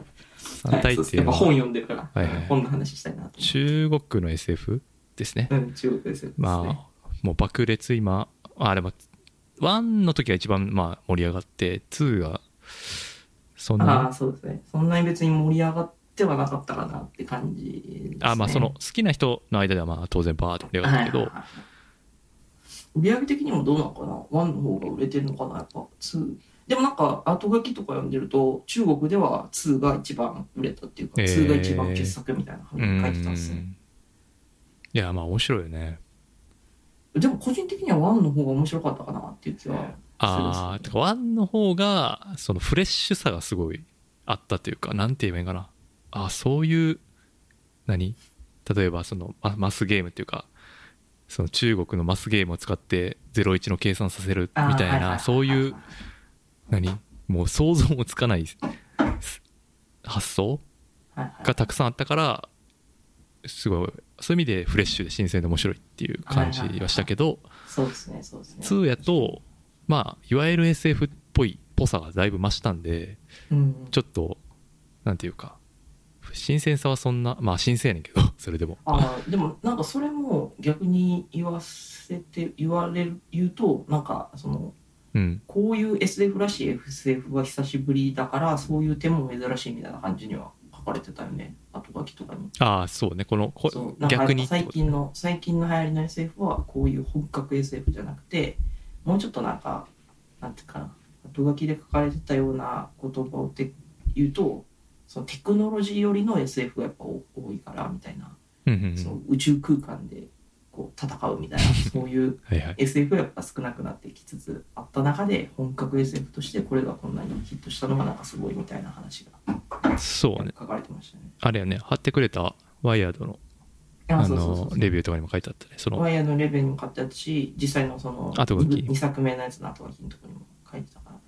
3体っていうのは、 本読んでるから、本の話したいなと。 中国の SF ですね。 中国 SF ですね。 まあもう爆裂今でも1の時が一番盛り上がって2がそうですね。そんなに別に盛り上がってはなかったかなって感じですね。 その好きな人の間では当然バーッと盛り上がったけど、 売り上げ的にもどうなのかな。1の方が売れてるのかなやっぱ2。でもなんか後書きとか読んでると中国では2が一番売れたっていうか、2が一番傑作みたいな風に書いてたんですね。 いや面白いよね。 でも個人的には1の方が面白かったかなっていう気は。 てか1の方がそのフレッシュさがすごいあったというか、なんて言えばいいかな。そういう例えばそのマスゲームっていうか、その中国のマスゲームを使って01の計算させるみたいな、そういうもう想像もつかない発想がたくさんあったから、すごいそういう意味でフレッシュで新鮮で面白いっていう感じはしたけど、 そうですね 2やといわゆる SF っぽさがだいぶ増したんで、ちょっとなんていうか新鮮さはそんな新鮮やねんけど、それでもでもなんかそれも逆に言うとなんかその、こういう SF らしい SF は久しぶりだからそういう点も珍しいみたいな感じには書かれてたよね、後書きとかに。 そうね、 逆に最近の流行りの SF はこういう本格 SF じゃなくて、もうちょっとなんていうかな、後書きで書かれてたような言葉を言うと、そのテクノロジー寄りの SF がやっぱ多いからみたいな、その宇宙空間でこう戦うみたいなそういう SF がやっぱ少なくなってきつつあった中で、本格 SF としてこれがこんなにヒットしたのがなんかすごいみたいな話がそうね書かれてましたね。 あれやね、貼ってくれたワイヤードのレビューとかにも書いてあったね。 ワイヤーのレビューにも書いてあったし、実際のその2作目のやつの後書きのところにも書いてたから。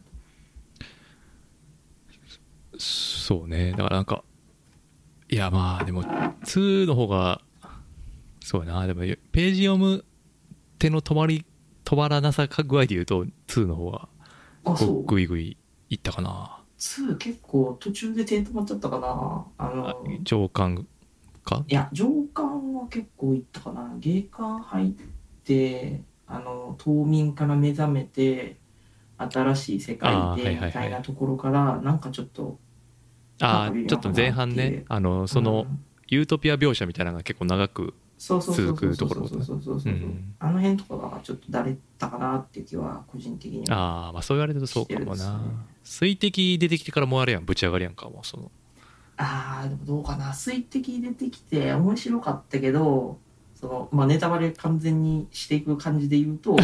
そうね、だからなんかでも2の方がそうやな。でもページ読む手の止まらなさ具合で言うと2の方がグイグイいったかな。 2結構途中で手止まっちゃったかな。 上巻か。 いや上巻は結構いったかな。芸館入って島民から目覚めて新しい世界でみたいなところからなんかちょっとちょっと前半ねその、ユートピア描写みたいなのが結構長く続くところ、 あの辺とかがちょっとだれたかなっていう気は個人的にはまあそう言われるとそうかもな。水滴出てきてからもうあれやん、ぶち上がりやんか、もうそのでもどうかな、水滴出てきて面白かったけど、そのまあネタバレ完全にしていく感じで言うと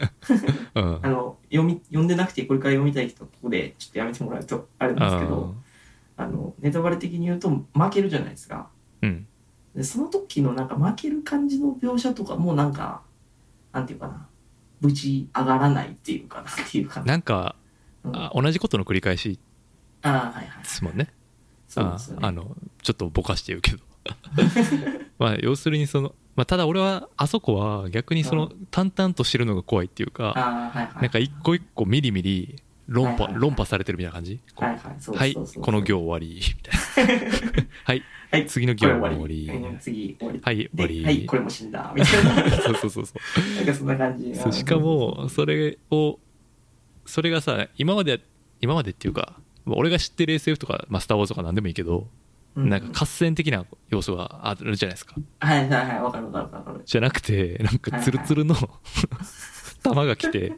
読んでなくてこれから読みたい人はここでちょっとやめてもらうとあれなんですけど、ネタバレ的に言うと負けるじゃないですか。でその時のなんか負ける感じの描写とかもなんかなんていうかな、ぶち上がらないっていうかなっていうかなんか、同じことの繰り返しですもんね。 そうですね。 ちょっとぼかして言うけどまあ要するにその、まあ、ただ俺はあそこは逆にその淡々としてるのが怖いっていうか、なんか一個一個ミリミリ論破されてるみたいな感じ。はい、この行終わりみたいなはい、次の行終わり、 次終わり、 はい終わり、 はいこれも死んだみたいなそうなんかそんな感じ。 しかもそれがさ、今までっていうか俺が知ってる SF とか、まあ、スター・ウォーズとか何でもいいけど、なんか合戦的な要素があるじゃないですか。 わかるじゃなくてなんかツルツルの弾が来て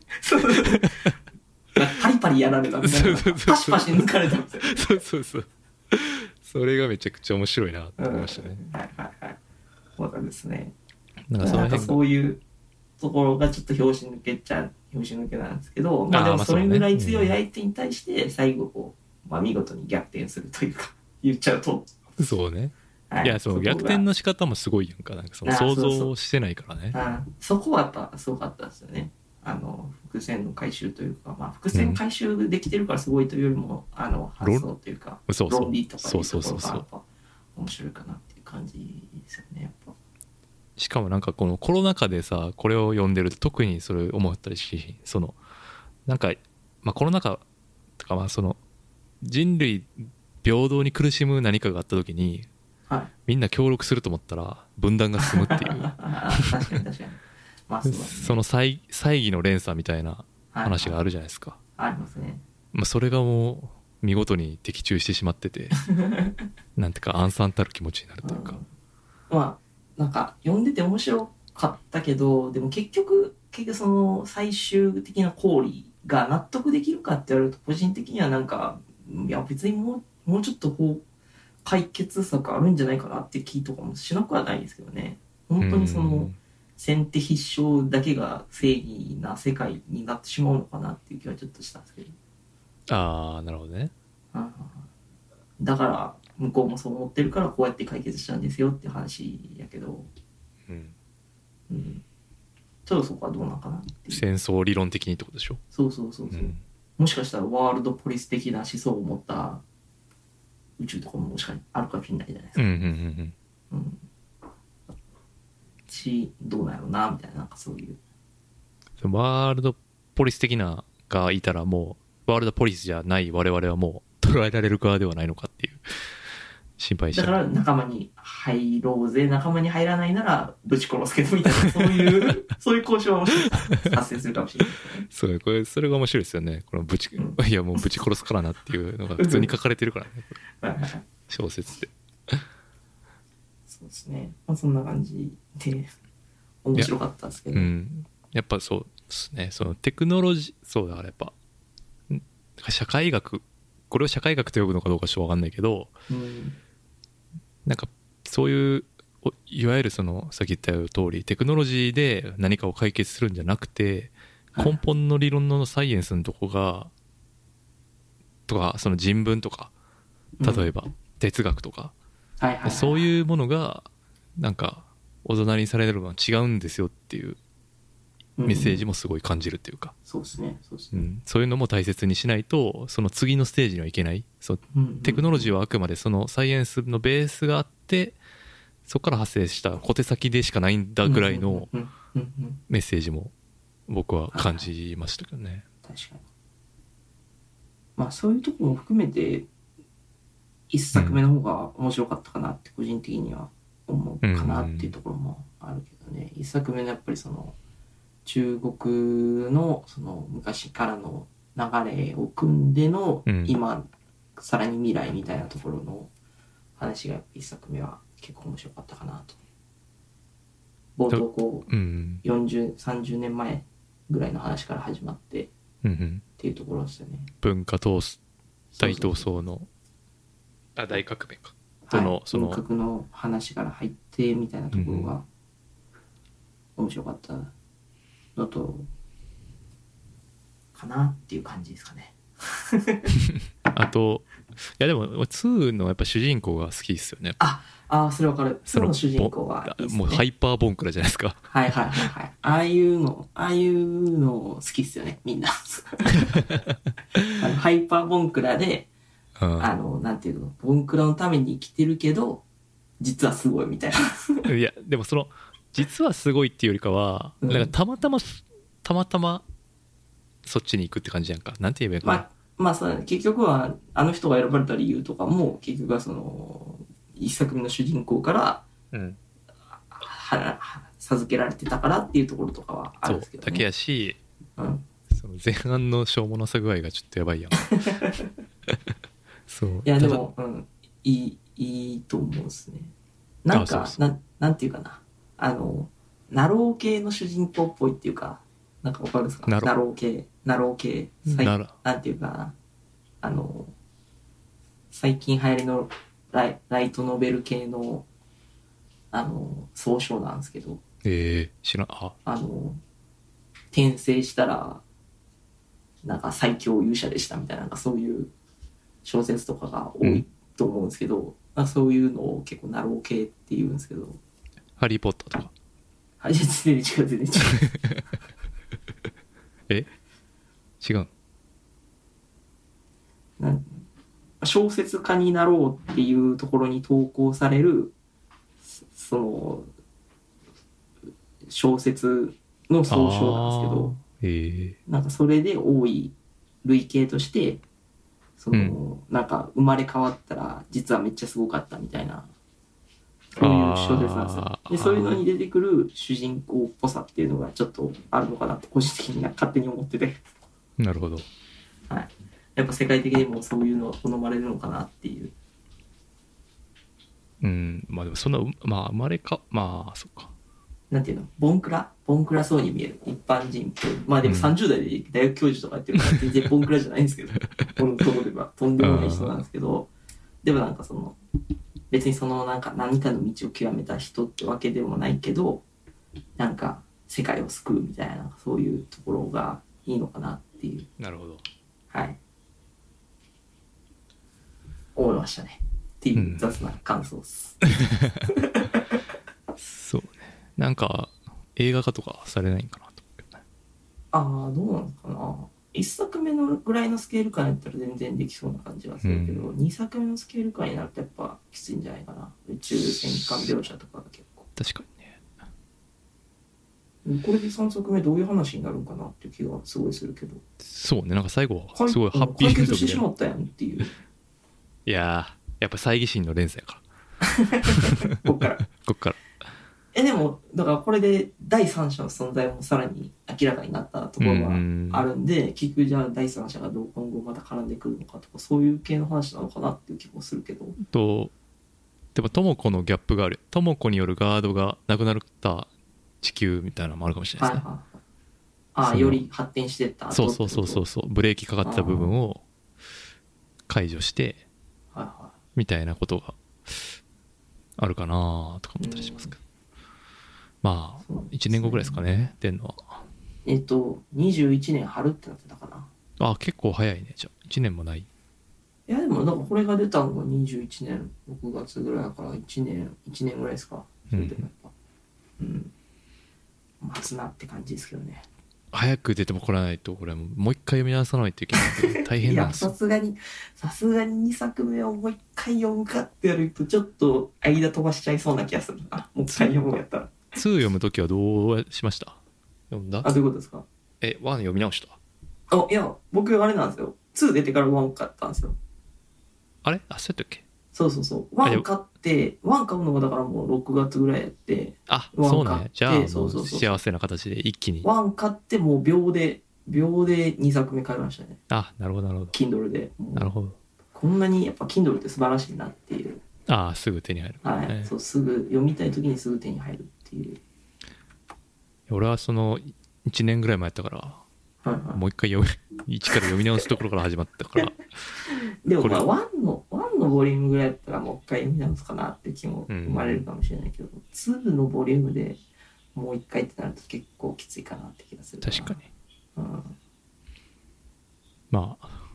パリパリやられたみたいな、パシパシ抜かれたみたいなそうそれがめちゃくちゃ面白いなと思いましたね。 わかるですね。 なんかそういうところがちょっと拍子抜けなんですけど、まあでもそれぐらい強い相手に対して最後こう、まあ、見事に逆転するというか言っちゃうとそうね、いやその逆転の仕方もすごいやんか、なんかその想像してないからね。 そこはやっぱすごかったですよね。伏線の回収というか、まあ、伏線回収できてるからすごいというよりも、発想というか論理とかいうところがやっぱ面白いかなっていう感じですよね、やっぱ。 しかもなんかこのコロナ禍でさこれを読んでると特にそれ思ったりし、そのなんか、まあ、コロナ禍とか、まあその人類平等に苦しむ何かがあった時に、みんな協力すると思ったら分断が進むっていう確かにまあそうだね、 その猜疑の連鎖みたいな話があるじゃないですか。 ありますね。 まあ、それがもう見事に的中してしまっててなんていうか暗惨たる気持ちになるというか、 まあなんか読んでて面白かったけど、でも結局その最終的な行為が納得できるかって言われると個人的にはなんか、いや別にもうちょっとこう解決策あるんじゃないかなっていう気とかもしなくはないですけどね。本当にその先手必勝だけが正義な世界になってしまうのかなっていう気はちょっとしたんですけど。 なるほどね。 だから向こうもそう思ってるからこうやって解決したんですよっていう話やけど、ちょっとそこはどうなんかなっていう。 戦争理論的にってことでしょ。 そう、もしかしたらワールドポリス的な思想を持った宇宙とかももしかしたらあるかもしれないじゃないですか。どうなるなみたいな、なんかそういうワールドポリス的ながいたらもうワールドポリスじゃない我々はもう捉えられる側ではないのかっていう心配した。 だから仲間に入ろうぜ、仲間に入らないならぶち殺すけどみたいなそういう交渉はもしかしたら発生するかもしれないですね。 それが面白いですよね。このいやもうぶち殺すからなっていうのが普通に書かれてるからね小説で。 そうですね、まあ、そんな感じで面白かったですけど、 やっぱそうですね、そのテクノロジー、そうだからやっぱ社会学、これを社会学と呼ぶのかどうかちょっと分かんないけど、なんかそういういわゆるそのさっき言った通りテクノロジーで何かを解決するんじゃなくて、根本の理論のサイエンスのとこがとか、その人文とか例えば哲学とか、そういうものがなんかおざなりにされるのは違うんですよっていうメッセージもすごい感じるっていうか、 そういうのも大切にしないとその次のステージにはいけない。テクノロジーはあくまでそのサイエンスのベースがあってそこから派生した小手先でしかないんだぐらいのメッセージも僕は感じましたけどね。 確かに、まあそういうところも含めて一作目の方が面白かったかなって個人的には思うかなっていうところもあるけどね。一作目のやっぱりその中国のその昔からの流れを組んでの、 うん、 今さらに未来みたいなところの話が一作目は結構面白かったかなと。冒頭こう、30年前ぐらいの話から始まって、っていうところですよね。 文化大闘争の大革命かとの、 はい、その文革の話から入ってみたいなところが面白かったのと、かなっていう感じですかね。 あといやでも2のやっぱ主人公が好きですよね。 あ、それわかる。2の主人公がいいっすね。 もうハイパーボンクラじゃないですか。 はいはいはいはい。ああいうの好きっすよね、みんな。ハイパーボンクラで、なんていうの、ボンクラのために生きてるけど、実はすごいみたいな。 いや、でも実はすごいっていうよりかは、なんかたまたまそっちに行くって感じじゃんか。なんて言えばいいかな。 まあそうだね。結局は、あの人が選ばれた理由とかも、結局は一作目の主人公から、授けられてたからっていうところとかはあるんですけどね。 そうだけやし、その前半のしょうもなさ具合がちょっとやばいやん。そう。 いやでも、いいと思うんですね。なんか、なんていうかな。ナロー系の主人公っぽいっていうか、なんかわかるんですか？ナロー系。なんていうかな。最近流行りのライトノベル系の、総称なんですけど。 知らん。 転生したら、なんか最強勇者でしたみたいな、なんかそういう小説とかが多いと思うんですけど、そういうのを結構ナロー系って言うんですけど。 ハリーポッターとか。 全然違う。 違う。 小説家になろうっていうところに投稿されるその小説の総称なんですけど、なんかそれで多い類型としてなんか生まれ変わったら実はめっちゃすごかったみたいな、そういう小説なんですよ。でそういうのに出てくる主人公っぽさっていうのがちょっとあるのかなって個人的に勝手に思ってて。 なるほど。 はい。やっぱ世界的にもそういうのは好まれるのかなっていう。 まあでもそんな生まれかそっか。 なんていうの、ボンクラそうに見える一般人っぽい。まあでも30代で大学教授とかやってるから全然ボンクラじゃないんですけど、このところではとんでもない人なんですけど、でもなんか別になんか何かの道を極めた人ってわけでもないけど、なんか世界を救うみたいな、そういうところがいいのかなっていう。 なるほど。 はい。思いましたね。っていう雑な感想です。 そうね。なんか映画化とかされないんかなと思うけどね。 どうなのかな。1作目のぐらいのスケール感やったら全然できそうな感じはするけど、2作目のスケール感になるとやっぱきついんじゃないかな。宇宙戦艦描写とかが結構。 確かにね。これで3作目どういう話になるんかなっていう気がすごいするけど。 そうね。なんか最後はすごいハッピーエンドみたいな。 解決してしまったやんっていう。 いややっぱ猜疑心の連鎖やから。 こっから。でもだからこれで第三者の存在もさらに明らかになったところがあるんで、結局じゃあ第三者がどう今後また絡んでくるのかとか、そういう系の話なのかなっていう気もするけど。 でもトモコのギャップがある。トモコによるガードがなくなった地球みたいなのもあるかもしれないですね。 より発展してった後。そうブレーキかかってた部分を解除して、みたいなことがあるかなとか思ったりしますけど、まあ1年後ぐらいですかね、出んのは。 21年春ってなってたかな。 結構早いね。じゃあ1年もない。いやでもなんかこれが出たのが21年6月ぐらいだから1年ぐらいですか。それでもやっぱ待つなって感じですけどね。 早く出ても来らないとこれもう一回読み直さないといけないけど大変なんですよ。 いやさすがに2作目をもう一回読むかってやるとちょっと間飛ばしちゃいそうな気がするな。もう一回読むやったら。 2読むときはどうしました？読んだ？ どういうことですか ？1読み直した？ いや、僕あれなんですよ。2出てから1買ったんですよ。 あれ？そうやったっけ？ そう。1買って、1買うのがだからもう6月ぐらいやって、 そうね。じゃあ、幸せな形で一気に。 1買ってもう秒で秒で2作目買いましたね。 あ、なるほどなるほど。 Kindle で。 なるほど。 こんなにやっぱ Kindle って素晴らしいなっていう。 ああ、すぐ手に入る、 はい、そう、すぐ読みたい時にすぐ手に入るっていう。 俺はその1年ぐらい前やったから、はいはい、もう一回一から読み直すところから始まったからでもまあ1のボリュームぐらいだったらもう一回読み直すかなって気も生まれるかもしれないけど、2のボリュームでもう一回ってなると結構きついかなって気がするかな。 確かに、 うん、 まあ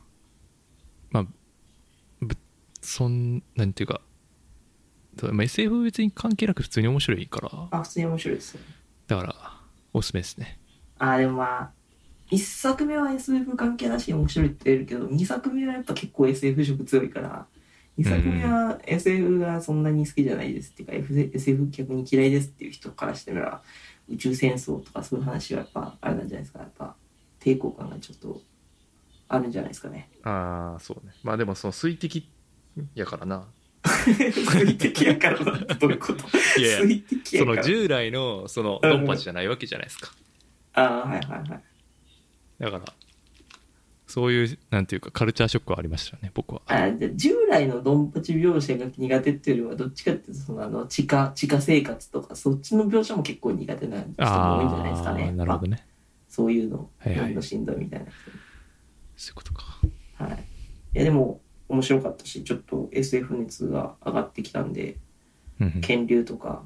なんていうか、まあ、SF 別に関係なく普通に面白いから。 あ、普通に面白いですよね。 だからおすすめですね。 でもまあ1作目は SF 関係なしに面白いって言えるけど、2作目はやっぱ結構 SF 色強いから、2作目は SF がそんなに好きじゃないですっていうか、SF 逆に嫌いですっていう人からしてみれば、宇宙戦争とかそういう話はやっぱあれなんじゃないですか。やっぱ抵抗感がちょっとあるんじゃないですかね。 ああ、そうね。まあでもその水滴やからな。 水滴やからなってどういうこと？ いやいや、水滴やからその従来のそのドンパチじゃないわけじゃないですか。 はいはいはい。 だからそういうなんていうかカルチャーショックはありましたね、僕は。 従来のドンパチ描写が苦手っていうよりはどっちかっていうとその地下生活とかそっちの描写も結構苦手な人も多いんじゃないですかね。 なるほどね。 そういうの、のしんどいみたいな人。 そういうことか。 はい。いやでも面白かったし、ちょっと SF 熱が上がってきたんで、剣竜とか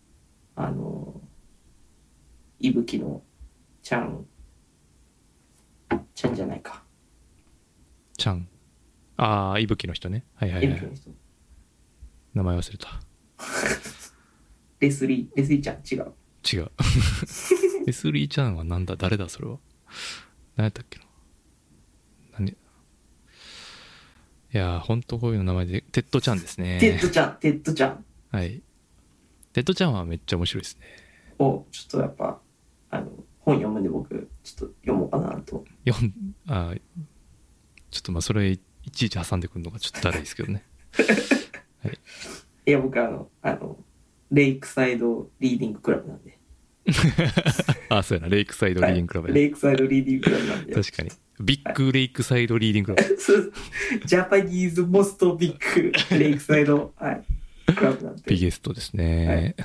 伊吹のちゃんじゃないか。 ちゃん。伊吹の人ね。はいはいはい。伊吹の人。名前忘れた。 レスリーちゃん違う。 レスリーちゃんはなんだ、誰だそれは。何やったっけな。いやー、ほんとこういうの名前で、テッドちゃんですね。 テッドちゃん。 はい。テッドちゃんはめっちゃ面白いですね。 ちょっとやっぱ、本読むんで僕、ちょっと読もうかなと。 ちょっとまあそれいちいち挟んでくるのがちょっとだるいですけどね。はい、 いや、僕レイクサイドリーディングクラブなんで。 そうやな、レイクサイドリーディングクラブ、 レイクサイドリーディングクラブなんで。 確かに。ビッグレイクサイドリーディングクラブ。 ジャパニーズモストビッグレイクサイド、クラブなんで。 ビゲストですね。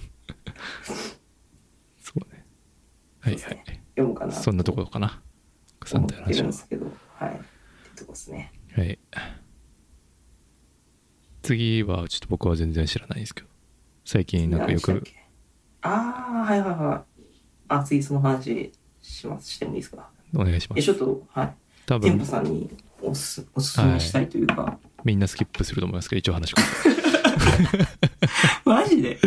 そうね。はいはい。 読むかな。 そんなところかな。 思ってるんですけど、はい。ってとこですね。 はい。次はちょっと僕は全然知らないんですけど、最近なんかよく。 はいはいはい。次その話してもいいですか。 お願いします。 ちょっと多分テンポさんにおすすめしたいというか、 みんなスキップすると思いますけど一応話しマジで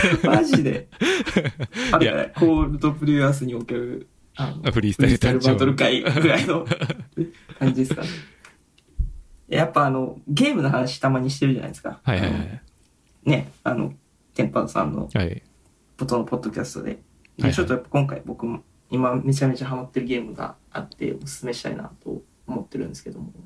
あれかコールドプレイヤースにおけるフリースタイルバトル会ぐらいの感じですかね。やっぱゲームの話たまにしてるじゃないですか。 はいはいはい。 ね、テンパさんのポッドキャストで。で、ちょっとやっぱ今回僕も今めちゃめちゃハマってるゲームがあっておすすめしたいなと思ってるんですけども。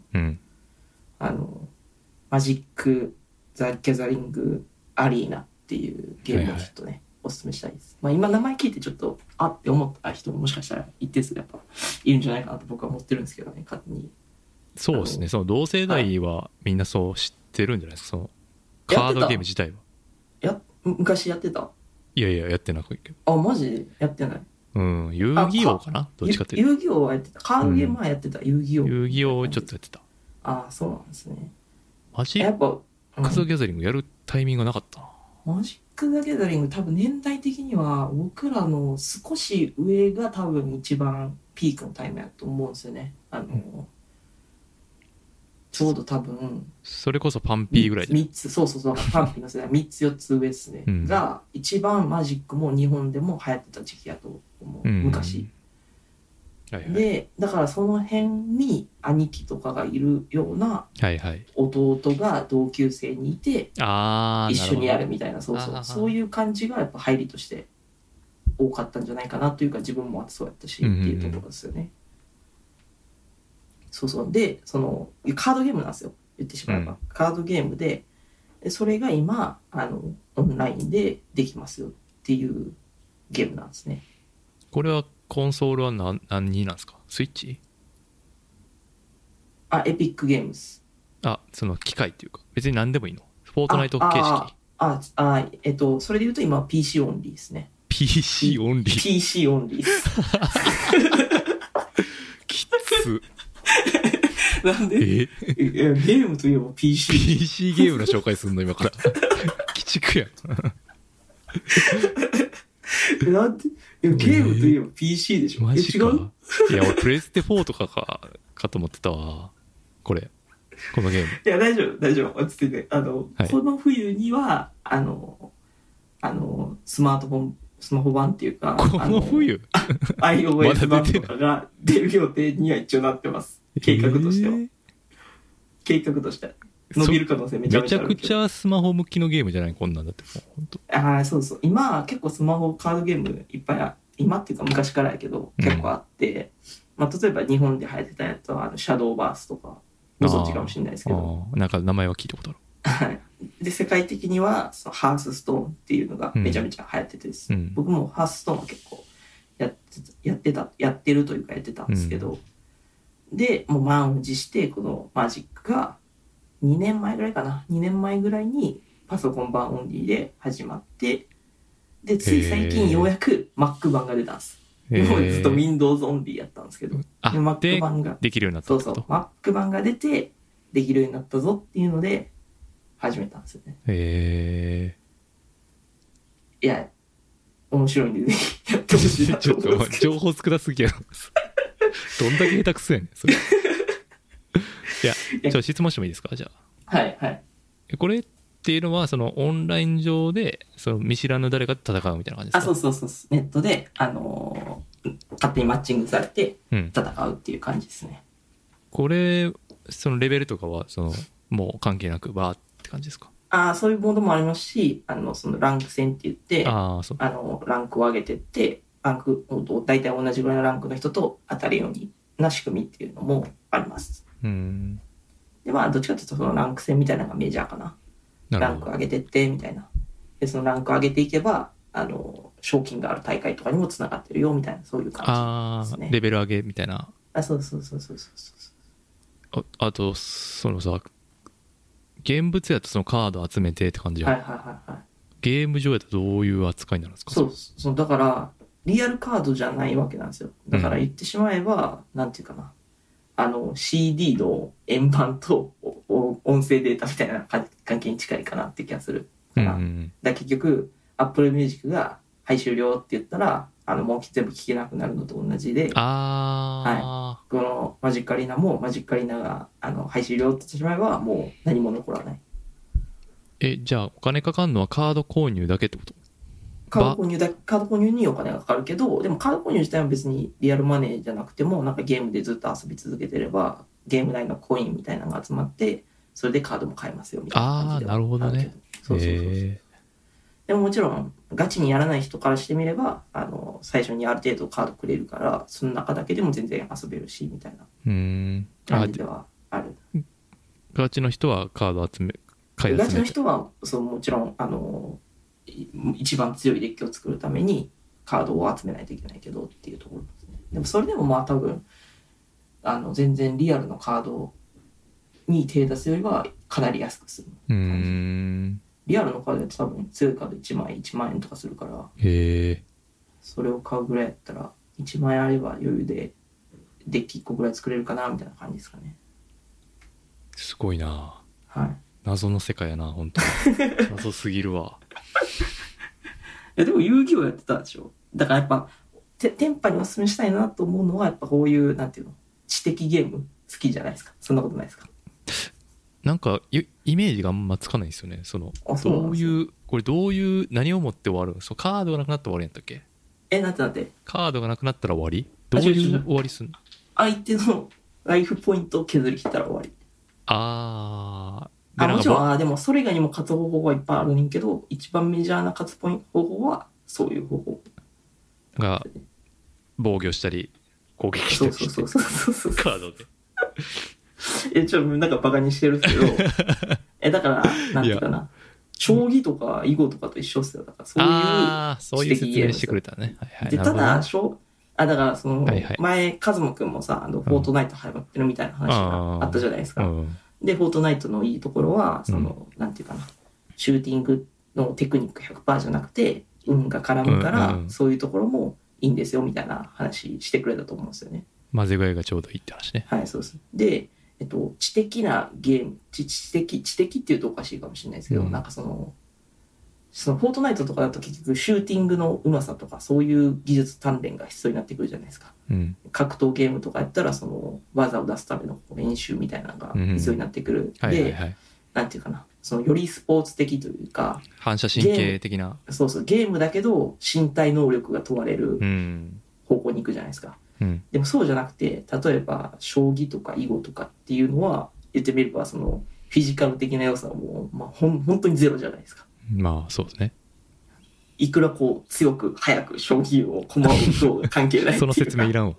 マジック・ザ・ギャザリング・アリーナっていうゲームをちょっとね、おすすめしたいです。まあ今名前聞いてちょっとって思った人ももしかしたら一定数やっぱいるんじゃないかなと僕は思ってるんですけどね、勝手に。 そうですね。その同世代はみんなそう知ってるんじゃないですか。そのカードゲーム自体は。 昔やってた？ いややってなくいけど。 マジでやってない。 遊戯王かな。どっちかっていうと。 遊戯王はやってた。カードゲームはやってた。遊戯王。 遊戯王ちょっとやってた。 そうなんですね。 マジック・ザ・ギャザリングやるタイミングがなかったな。 マジック・ザ・ギャザリング多分年代的には僕らの少し上が多分一番ピークのタイムやと思うんですよね。ちょうど多分それこそパンピーぐらいで 3つそうパンピーの世代3つ4つ上ですね、が一番マジックも日本でも流行ってた時期やと思う、昔、でだからその辺に兄貴とかがいるような弟が同級生にいて、一緒にやるみたいなそういう感じがやっぱ入りとして多かったんじゃないかなというか、自分もそうやったしっていうところですよね。でそのカードゲームなんですよ、言ってしまえば、カードゲームでそれが今オンラインでできますよっていうゲームなんですね。 これはコンソールは何なんですか？スイッチ？ エピックゲームズ。 その機械っていうか、別に何でもいいの？フォートナイト形式？それで言うと今 PC オンリーですね。 PC オンリー？ PC オンリーです。 きつ。 なんでゲームといえば PC ゲームの紹介すんの今から。鬼畜やん。 なんでゲームといえば PC でしょ？ マジか。 違う？ いや、俺プレステ4とかかと思ってたわ。このゲーム。 いや、大丈夫。落ち着いて。この冬には、スマホ版っていうか、 この冬 iOS 版とかが出る予定には一応なってます。計画としては。計画として。伸びる可能性めちゃめちゃあるけど。 めちゃくちゃスマホ向きのゲームじゃない？こんなんだってもう本当。 そうそう。今結構スマホカードゲームいっぱい今っていうか昔からやけど結構あって、例えば日本で流行ってたやつはシャドーバースとかご存知かもしれないですけど、 なんか名前は聞いたことある。 はい。で世界的にはハースストーンっていうのがめちゃめちゃ流行っててです、僕もハースストーンは結構やってるというかやってたんですけど、でもう満を持してこのマジックが2年前ぐらいにパソコン版オンリーで始まって、でつい最近ようやく Mac 版が出たんです。今までずっと Windows オンリーやったんですけど、 Mac 版ができるようになった。 そう Mac 版が出てできるようになったぞっていうので始めたんですよね。いや面白いんでやってほしいなと思いますけど。 ちょっと情報少なすぎやろ。どんだけ下手くそやねんそれ。いや質問してもいいですか？じゃあはい。 これっていうのはそのオンライン上でその見知らぬ誰かと戦うみたいな感じですか？ そうネットで勝手にマッチングされて戦うっていう感じですね。 これそのレベルとかはそのもう関係なくバーって感じですか？ そういうモードもありますし、そのランク戦って言って、ランクを上げてって、ランクを大体同じぐらいのランクの人と当たるようにな仕組みっていうのもあります。でどっちかというとそのランク戦みたいなのがメジャーかな。ランク上げてってみたいな。でそのランク上げていけば賞金がある大会とかにもつながってるよみたいな、そういう感じですね。 レベル上げみたいな。 そうあとそのさ、現物やとそのカード集めてって感じや。ゲーム上やとどういう扱いになるんですか？ そうだからリアルカードじゃないわけなんですよ。だから言ってしまえば、なんていうかな、CD の円盤と音声データみたいな関係に近いかなって気がするから、だ結局 Apple Music がはい終了って言ったらもう全部聴けなくなるのと同じで、このマジックアリーナもマジックアリーナがはい終了って言ってしまえばもう何も残らない。 じゃあお金かかるのはカード購入だけってこと？ カード購入にお金がかかるけど、でもカード購入自体は別にリアルマネーじゃなくても、なんかゲームでずっと遊び続けてればゲーム内のコインみたいなのが集まってそれでカードも買えますよみたいな感じではあるけど。 なるほどね。そうでももちろんガチにやらない人からしてみれば最初にある程度カードくれるからその中だけでも全然遊べるしみたいな感じではある。 ガチの人はカード買い集めて、 ガチの人はもちろん一番強いデッキを作るためにカードを集めないといけないけどっていうところですね。でもそれでも多分全然リアルのカードに手出すよりはかなり安くする感じ。リアルのカードだと多分強いカード1枚1万円とかするから、それを買うぐらいやったら1万円あれば余裕でデッキ1個ぐらい作れるかなみたいな感じですかね。 すごいな。 はい。 謎の世界やな本当。謎すぎるわ。 いやでも遊戯王やってたでしょ。だからやっぱテンパにおすすめしたいなと思うのはやっぱこういうなんていうの知的ゲーム好きじゃないですか。そんなことないですか？ なんかイメージがあんまつかないんですよね。どういう何をもって終わる？カードがなくなったら終わりやったっけ？ なんてカードがなくなったら終わり？どういう終わりすんの？ 相手のライフポイントを削り切ったら終わり。もちろんでもそれ以外にも勝つ方法はいっぱいあるねんけど、一番メジャーな勝つ方法はそういう方法が防御したり攻撃したりしてそうカードでちょっとなんかバカにしてるんですけどだからなんていうかな、将棋とか囲碁とかと一緒っすよ。だからそういう説明してくれたね。 でただだからその、前、カズマくんもさ、フォートナイト流行ってるみたいな話があったじゃないですか。で、フォートナイトのいいところは、その、なんていうかな、シューティングのテクニック 100% じゃなくて、運が絡むから、そういうところもいいんですよ、みたいな話してくれたと思うんですよね。 混ぜ具合がちょうどいいって話ね。 はい、そうです。で、知的なゲーム、知的っていうとおかしいかもしれないですけど、なんかそのフォートナイトとかだと結局シューティングのうまさとかそういう技術鍛錬が必要になってくるじゃないですか。格闘ゲームとかやったらその技を出すための練習みたいなのが必要になってくる。で、なんていうかな、そのよりスポーツ的というか、 反射神経的な。 そうそう、ゲームだけど身体能力が問われる方向に行くじゃないですか。でもそうじゃなくて、例えば将棋とか囲碁とかっていうのは言ってみればそのフィジカル的な良さはもう、本当にゼロじゃないですか。 まあそうですね。 いくらこう強く早く将棋を駒を打とうが関係ないっていうかその説明いらんわ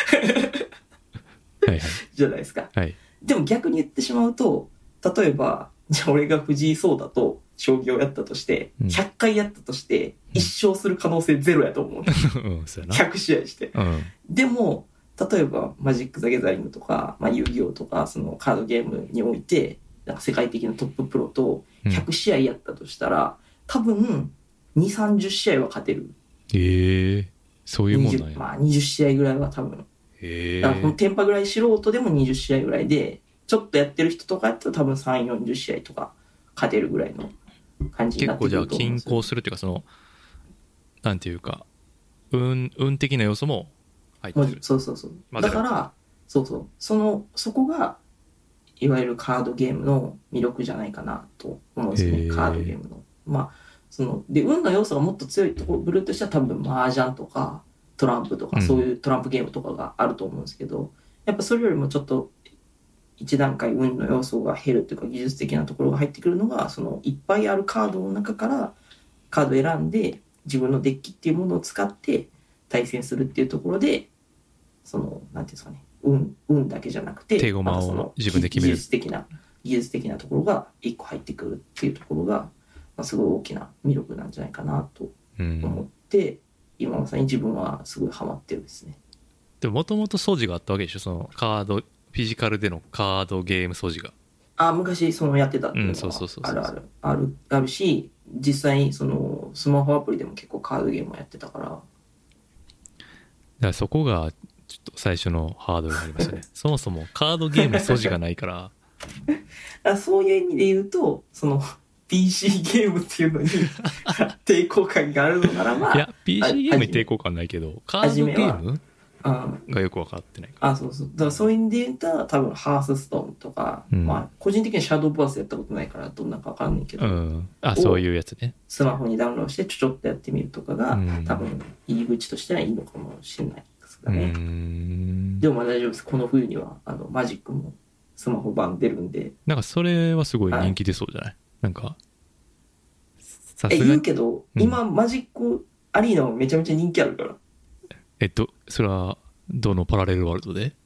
はい、はい、 じゃないですか、 はい、 でも逆に言ってしまうと、例えばじゃあ俺が藤井聡太と将棋をやったとして、100回やったとして1勝する可能性ゼロやと思う、100試合して、でも例えばマジック・ザ・ギャザリングとか、遊戯王とかそのカードゲームにおいてなんか世界的なトッププロと100試合やったとしたら、多分2、30試合は勝てる。 そういうもんなんや。 20試合ぐらいは多分。だからこのテンパぐらい素人でも20試合ぐらいで、ちょっとやってる人とかやったら多分3、40試合とか勝てるぐらいの感じになってくると思うんですよ。結構じゃあ均衡するっていうか、そのなんていうか運的な要素も入ってる。 そうそうそう。だからそこがいわゆるカードゲームの魅力じゃないかなと思うんですね。カードゲームの。で、運の要素がもっと強いところ、部類としては多分麻雀とかトランプとか、そういうトランプゲームとかがあると思うんですけど、やっぱそれよりもちょっと一段階運の要素が減るというか技術的なところが入ってくるのが、そのいっぱいあるカードの中からカードを選んで自分のデッキっていうものを使って対戦するっていうところで、その、なんていうんですかね、運だけじゃなくて、 手駒を自分で決める。 技術的なところが一個入ってくるっていうところが、すごい大きな魅力なんじゃないかなと思って、今まさに自分はすごいハマってるですね。 でもともと素地があったわけでしょ、そのカード、フィジカルでのカードゲーム素地が。 昔そのやってたっていうのはあるし、実際そのスマホアプリでも結構カードゲームをやってたから。だからそこがちょっと最初のハードルがありますよね。そもそもカードゲーム素地がないからそういう意味で言うと、その PC ゲームっていうのに抵抗感があるのならば、 いや PC ゲームに抵抗感ないけど、カードゲームがよく分かってないから。 そうそう。だからそういう意味で言ったら多分ハースストーンとか、個人的にシャドーバースやったことないからどんなか分かんないけど、 そういうやつね。 スマホにダウンロードしてちょっとやってみるとかが、多分入り口としてはいいのかもしれないですかね。でも大丈夫です。この冬にはマジックもスマホ版出るんで。 なんかそれはすごい人気出そうじゃない？なんか言うけど、今マジックアリーナもめちゃめちゃ人気あるから。 それはどのパラレルワールドで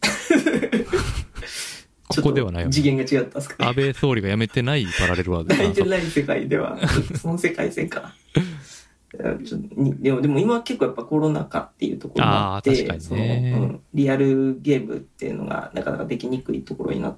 ここではないよね。 次元が違ったんですかね。 安倍総理が辞めてないパラレルワールド。 辞めてない世界ではその世界線かでも今は結構やっぱコロナ禍っていうところがあって、 確かにね、 リアルゲームっていうのがなかなかできにくいところになって、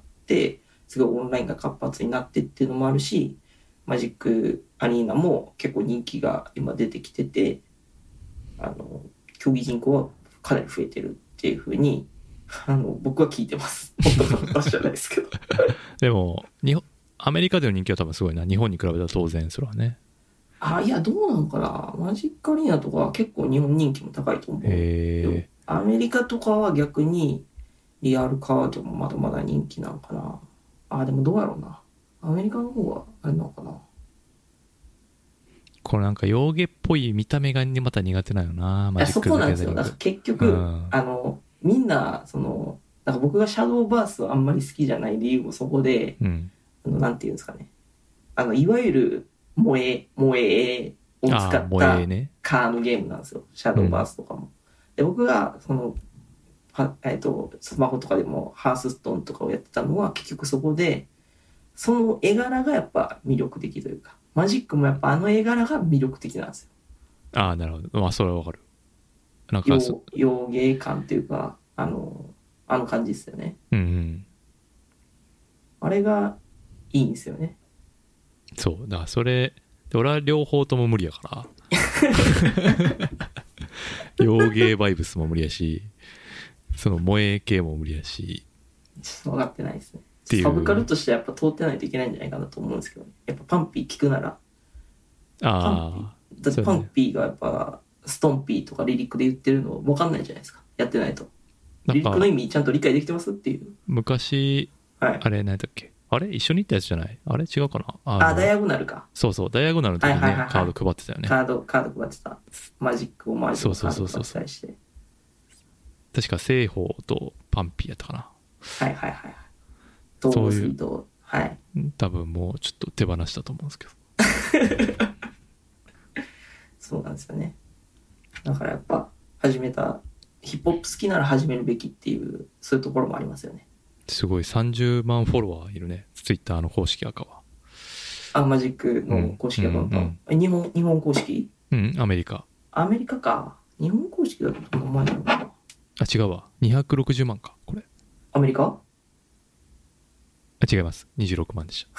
すごいオンラインが活発になってっていうのもあるし、マジックアリーナも結構人気が今出てきてて、競技人口はかなり増えてるっていうふうに僕は聞いてます。本当の話じゃないですけどでもアメリカでの人気は多分すごいな。日本に比べたら当然それはね。 いやどうなのかな。マジックアリーナとかは結構日本人気も高いと思う。アメリカとかは逆にリアルカードもまだまだ人気なのかな。でもどうやろうな。アメリカの方はあれなのかな。 これなんか洋芸っぽい見た目がまた苦手なのな。マジックそこなんですよ。だから結局、みんななんか僕がシャドーバースはあんまり好きじゃない理由もそこで、なんていうんですかね。いわゆる萌えを使ったカードゲームなんですよ。シャドーバースとかも。で僕がスマホとかでもハースストーンとかをやってたのは結局そこで、その絵柄がやっぱ魅力的というか、マジックもやっぱ絵柄が魅力的なんですよ。 なるほど。それはわかる。 なんか洋芸感っていうか、あの感じですよね。 うんうん。 あれがいいんですよね。 そう。だからそれ、俺は両方とも無理やから。洋芸バイブスも無理やし、その萌え系も無理やし。 ちょっと分かってないですね。サブカルとしてやっぱ通ってないといけないんじゃないかなと思うんですけど、ね、やっぱパンピー聞くなら。だってパンピーがやっぱストンピーとかリリックで言ってるの分かんないじゃないですか。やってないと。リリックの意味ちゃんと理解できてますっていう。 昔、はい、あれ何だっけ、あれ一緒に行ったやつじゃない、あれ違うかな、 ダイアゴナルか。 そうそう、ダイアゴナルの時にね、カード配ってたよね。 カード配ってた。マジックをマジックをカード配ってたりして。 確か西方とパンピーやったかな。 はいはいはい。そういう、はい。 多分もうちょっと手放したと思うんですけど。 そうなんですよね。だからやっぱ始めた、ヒップホップ好きなら始めるべきっていう、そういうところもありますよね。 すごい30万フォロワーいるね、ツイッターの公式アカは。 マジックの公式アカウント、うんうん、日本公式？ うん、アメリカか。日本公式だとどの前なのかな。 違うわ、260万かこれ。 アメリカ？ 違います、26万でした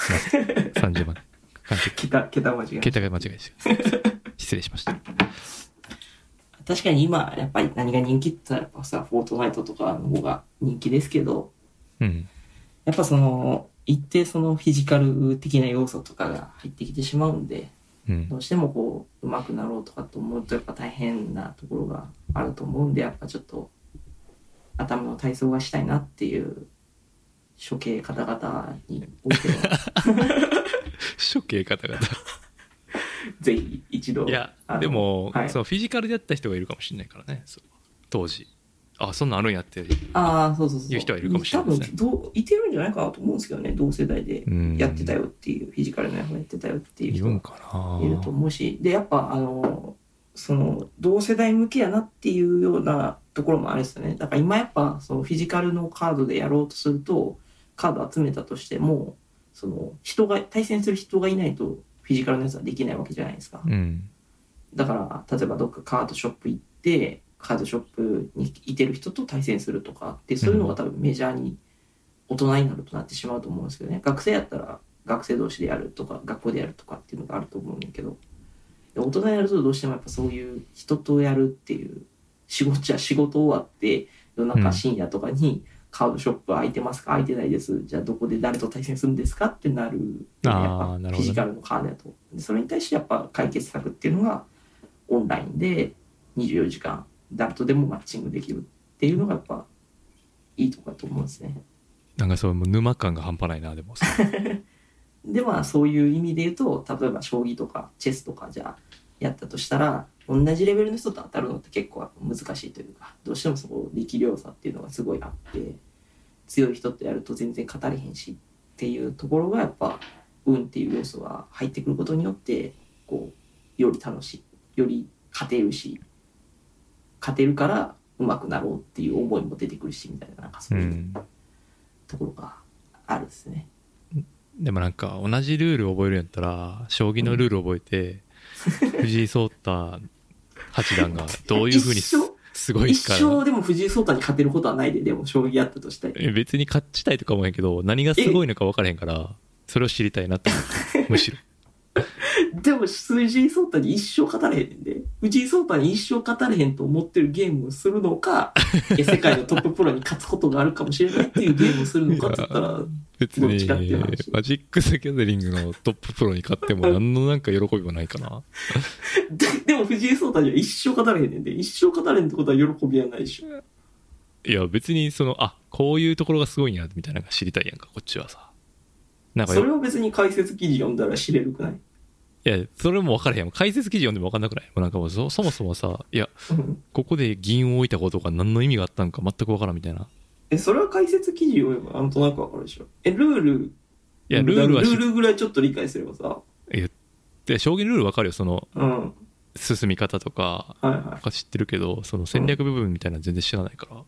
。30万桁間違い。 桁が間違いです。失礼しました。 確かに今やっぱり何が人気って言ったらやっぱさ、フォートナイトとかの方が人気ですけど、 うん、 やっぱその一定そのフィジカル的な要素とかが入ってきてしまうんで、 うん、 どうしてもこう上手くなろうとかと思うとやっぱ大変なところがあると思うんで、やっぱちょっと頭の体操がしたいなっていう処刑方々においては処刑方々 ぜひ一度。 いやでも、はい、そうフィジカルでやった人がいるかもしれないからね、そう当時そんなんあるんやってそういう人はいるかもしれないですね。 多分いてるんじゃないかなと思うんですけどね、同世代でやってたよっていう、フィジカルのやつやってたよっていう人いると思うし、でやっぱその同世代向けやなっていうようなところもあるんですよね。だから今やっぱそのフィジカルのカードでやろうとすると、カード集めたとしてもその対戦する人がいないとフィジカルのやつはできないわけじゃないですか、 うん、 だから例えばどっかカードショップ行ってカードショップにいてる人と対戦するとかって、そういうのが多分メジャーに大人になるとなってしまうと思うんですけどね。学生やったら学生同士でやるとか学校でやるとかっていうのがあると思うんだけど、大人になるとどうしてもやっぱそういう人とやるっていう仕事終わって夜中深夜とかにカードショップ空いてますか、空いてないです、じゃあどこで誰と対戦するんですかってなる、やっぱフィジカルのカードだと。でそれに対してやっぱ解決策っていうのがオンラインで24時間誰とでもマッチングできるっていうのがやっぱいいとこだと思うんですね。 なんかそう沼感が半端ないな。でもでまあそういう意味で言うと、例えば将棋とかチェスとかじゃあやったとしたら、同じレベルの人と当たるのって結構難しいというか、どうしてもそこ力量差っていうのがすごいあって、強い人とやると全然勝たれへんしっていうところがやっぱ運っていう要素が入ってくることによって、こうより楽しい、より勝てるし、勝てるから上手くなろうっていう思いも出てくるしみたいな、なんかそういうところがあるんですね。 でもなんか同じルール覚えるんやったら将棋のルール覚えて、藤井聡太八段がどういう風にすごいから一生でも藤井聡太に勝てることはないで、でも将棋やったとしたら別に勝ちたいとか思うんやけど、何がすごいのか分からへんからそれを知りたいなって思ってむしろでも藤井聡太に一生勝たれへんねんで。藤井聡太に一生勝たれへんと思ってるゲームをするのか世界のトッププロに勝つことがあるかもしれないっていうゲームをするのかって言ったら別にマジック・ザ・ギャザリングのトッププロに勝っても何のなんか喜びもないかなでも藤井聡太には一生勝たれへんねんで。一生勝たれへんってことは喜びはないでしょ。 いや別にそのこういうところがすごいんやみたいなのが知りたいやんか、こっちはさ。 なんかそれは別に解説記事読んだら知れるくない？ いやそれも分からへん。解説記事読んでも分かんなくない？もうなんかもうそもそもさ、いや、ここで銀を置いたことが何の意味があったんか全く分からんみたいな。 それは解説記事読めばなんとなく分かるでしょ。ルール、 いやルールはルールぐらいちょっと理解すればさ。 で将棋ルール分かるよ、その、進み方とか、 はい、 知ってるけど、その戦略部分みたいなの全然知らないから、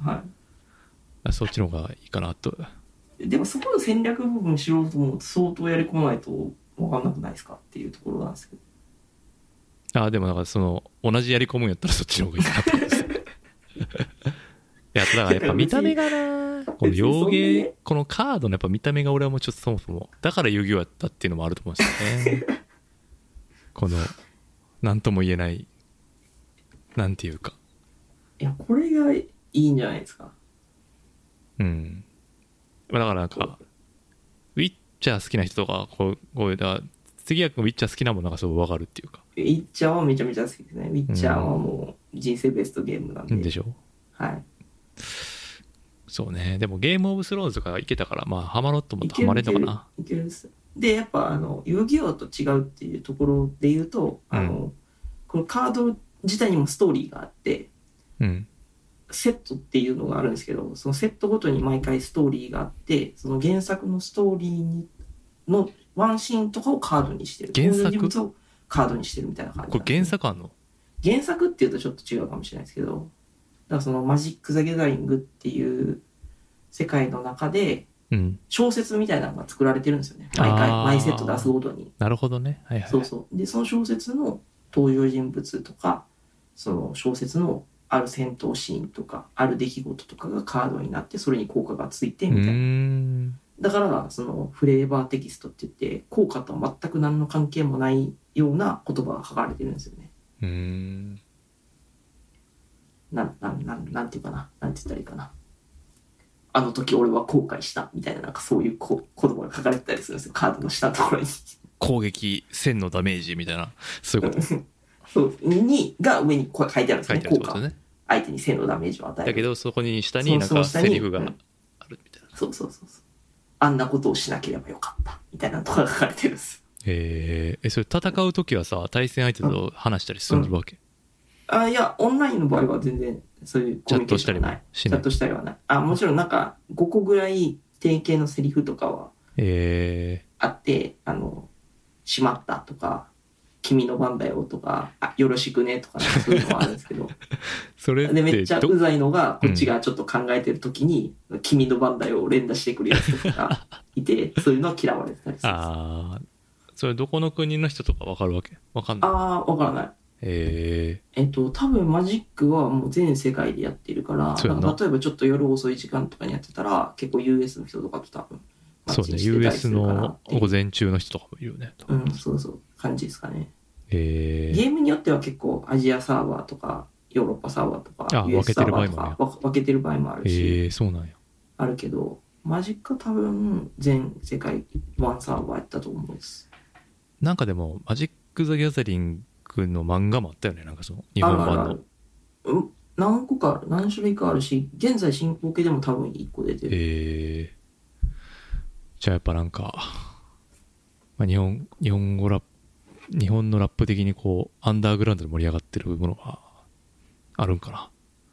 はい、 そっちの方がいいかなと。 でもそこの戦略部分知ろうと思うと相当やり込まないと分かんなくないですかっていうところなんですけど。 でもなんか同じやり込むんやったらそっちの方がいいかなと思うんですよ。いや、だからやっぱ見た目がな、この洋芸、このカードのやっぱ見た目が俺はもうちょっとそもそも、だから遊戯王やったっていうのもあると思うんですよね。この、なんとも言えない、なんていうか。 いや、これがいいんじゃないですか。 うん。だからなんか、ウィッチャー好きな人とか、こういう、だから次はウィッチャー好きなものがすごいわかるっていうか。 ウィッチャーはめちゃめちゃ好きですね。ウィッチャーはもう人生ベストゲームなんで。 でしょ？ はい。 そうね。でもゲームオブスローンズとかいけたから、まあハマろうと思ったらハマれるのかな。 いけるです。で、やっぱ遊戯王と違うっていうところで言うと、このカード自体にもストーリーがあって、 うん。 セットっていうのがあるんですけど、そのセットごとに毎回ストーリーがあって、その原作のストーリーのワンシーンとかをカードにしてる。 原作人物をカードにしてるみたいな感じ、 これ原作あんの？ 原作っていうとちょっと違うかもしれないですけど、だからそのマジック・ザ・ギャザリングっていう世界の中で、小説みたいなのが作られてるんですよね。毎セット出すごとに。 なるほどね。はいはい。 そうそう。で、その小説の登場人物とか、その小説のある戦闘シーンとか、ある出来事とかがカードになって、それに効果がついてみたいな。だから、そのフレーバーテキストって言って、効果とは全く何の関係もないような言葉が書かれてるんですよね。なんていうかな。なんて言ったらいいかな。あの時俺は後悔したみたいな、なんかそういう言葉が書かれてたりするんですよ。カードの下のところに。 攻撃1000のダメージみたいな、そういうこと。 そうが上に書いてあるんですね。効果。相手に1000のダメージを与える。 だけどそこに下になんかセリフがあるみたいな。 そう。あんなことをしなければよかったみたいなとかが書かれてるんです。 それ戦う時はさ、対戦相手と話したりするわけ？ いや、オンラインの場合は全然そういうコミュニケーションはない。チャットしたりはない。もちろんなんか5個ぐらい定型のセリフとかはあって、しまったとか、君の番だよとか、よろしくねとか、そういうのはあるんですけど。 それで、めっちゃうざいのが、こっちがちょっと考えてるときに、君の番だよを連打してくるやつとかがいて、そういうのは嫌われてたりする。 それどこの国の人とかわかるわけ？わかんない。 わからない。多分マジックはもう全世界でやってるから、例えばちょっと夜遅い時間とかにやってたら、結構 US の人とかと多分、 そうね、US の午前中の人とかもいるよね。 そう感じですかね。ゲームによっては結構アジアサーバーとかヨーロッパサーバーとか US サーバーとか分けてる場合もあるし、 そうなんや。 あるけど、マジックは多分全世界ワンサーバーやったと思うんです。 なんかでもマジック・ザ・ギャザリングの漫画もあったよね、なんかその日本版の。 何個か何種類かあるし、現在進行形でも多分1個出てる。 じゃあやっぱなんか、日本のラップ的にこうアンダーグラウンドで盛り上がってるものがあるんかな。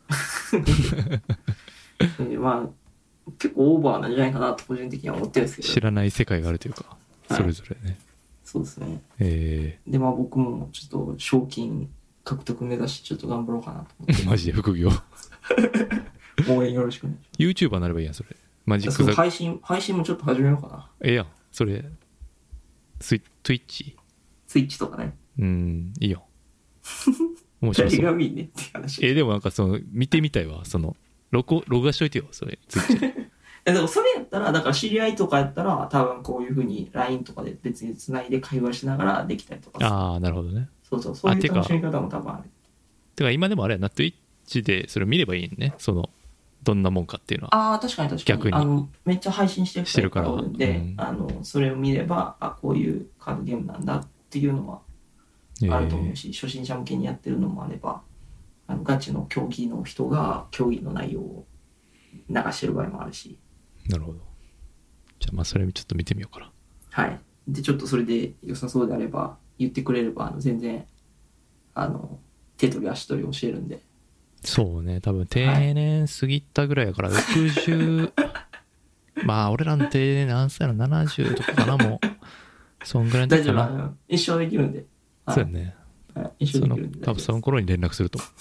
結構オーバーなんじゃないかなと個人的には思ってるんですけど。 知らない世界があるというか、それぞれね。 そうですね。で、僕もちょっと賞金獲得目指してちょっと頑張ろうかなと思って。 マジで副業。 応援よろしくお願いします。 YouTuber なればいいやん、それ。マジック配信もちょっと始めようかな。 やん、それ。Twitch とかね。 いいよ。面白そう。 誰が見んねって話。 でもなんか見てみたいわ。録画しといてよ、それ。 でもそれやったら、だから知り合いとかやったら、多分こういう風に LINE とかで別に繋いで会話しながらできたりとか。 なるほどね。 そういう楽しみ方も多分ある。 てか今でもあれやな、Twitch でそれを見ればいいね。どんなもんかっていうのは。 確かに。 逆に。 めっちゃ配信してるから。で、それを見れば、こういうカードゲームなんだっていうのはあると思うし、初心者向けにやってるのもあれば、ガチの競技の人が競技の内容を流してる場合もあるし。 なるほど。じゃあそれちょっと見てみようかな。 はい。で、ちょっとそれで良さそうであれば、言ってくれれば、全然、手取り足取り教えるんで。 そうね、多分定年過ぎたぐらいやから、60、俺らの定年何歳の70とかかな、もう。そんぐらいの時かな。 大丈夫、一生できるんで。 そうやね。 一生できるんで。 多分その頃に連絡すると思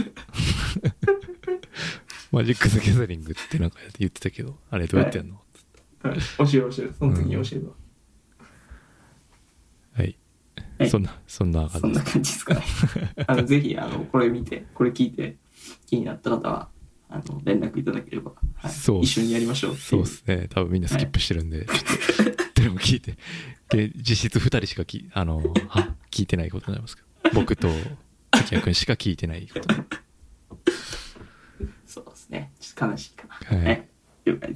う。マジック・ザ・ギャザリングってなんか言ってたけど、あれどうやってやんの？ 教える。その時に教えるわ。 はい。 はい、 そんな感じですかね。ぜひ、これ見て、これ聞いて、気になった方は、連絡いただければ、はい、一緒にやりましょう。 そうですね。多分みんなスキップしてるんで、ちょっと、誰も聞いて、実質2人しか聞いてないことになりますけど、僕と関谷君しか聞いてないこと。 そうですね。ちょっと悲しいかな。はい。了解です。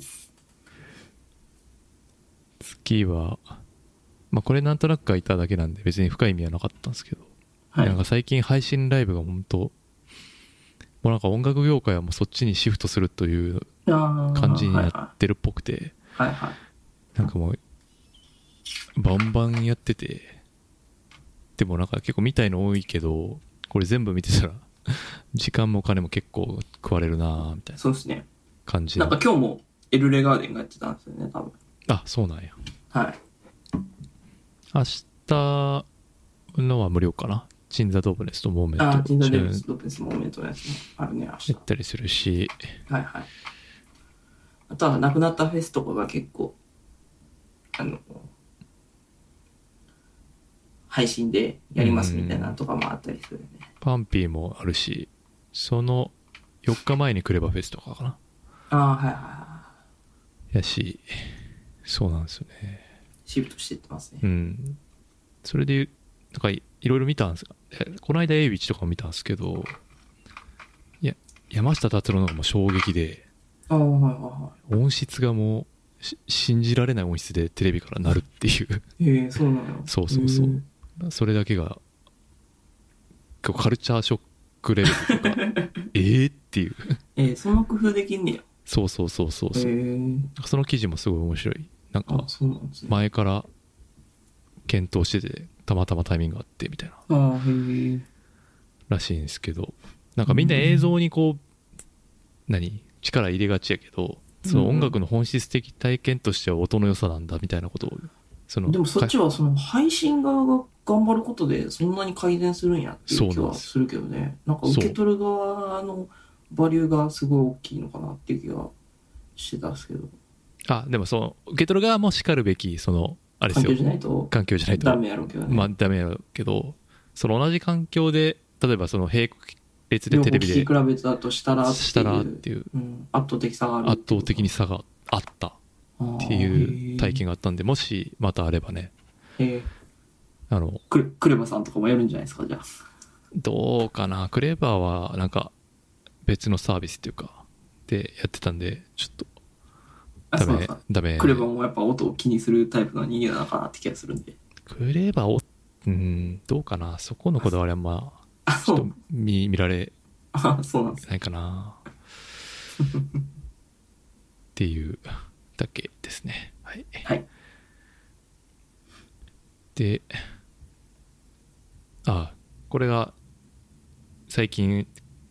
次は、まあこれなんとなく書いただけなんで別に深い意味はなかったんですけど、はい、なんか最近配信ライブが本当もうなんか音楽業界はもうそっちにシフトするという感じになってるっぽくて、 はいはい、 なんかもうバンバンやってて、でもなんか結構見たいの多いけど、これ全部見てたら時間もお金も結構食われるなみたいな。 そうですね。 感じ。 なんか今日もエルレガーデンがやってたんですよね、多分。 あ、そうなんや。 はい。 明日のは無料かな。チンザドープネスとモーメント。 あ、チンザドープネスモーメントのやつもあるね、明日。 やったりするし。 はいはい。あとは亡くなったフェスとかが結構、配信でやりますみたいなのとかもあったりするね。 パンピーもあるし、その4日前にクレバフェスとかかな。 ああ、はいはいはい。 やし、そうなんですよね。 シフトしていってますね。 うん。それで、なんかいろいろ見たんですが、この間 A ビッチとかも見たんですけど、いや、山下達郎のがもう衝撃で、 ああ、はいはいはい。 音質がもう信じられない音質でテレビから鳴るっていう。 そうなの。 そうそうそう。それだけが、結構カルチャーショックレベルとか、っていう。 その工夫できんねや。 そうそうそうそう。その記事もすごい面白い。なんか、前から検討してて、たまたまタイミングがあってみたいな。らしいんですけど、なんかみんな映像にこう、力入れがちやけど、その音楽の本質的体験としては音の良さなんだみたいなことを、 でもそっちはその配信側が頑張ることでそんなに改善するんやっていう気はするけどね。なんか受け取る側のバリューがすごい大きいのかなっていう気がしてたんですけど。 あ、でもその受け取る側もしかるべき、あれですよ。環境じゃないと。 ダメやろうけどね。 まあダメやろうけど、その同じ環境で、例えばその並列でテレビで。 比べたとしたらっていう。 圧倒的差がある。 圧倒的に差があったっていう体験があったんで、もしまたあればね。 クレバさんとかもやるんじゃないですか、じゃあ。 どうかな。クレバーはなんか別のサービスっていうか、でやってたんで、ちょっと。ダメ。 クレバもやっぱ音を気にするタイプの人間なのかなって気がするんで。 クレバどうかな。そこのこだわりはまあ、ちょっと見られないかな。っていうだけですね。はい。 はい。 で、これが最近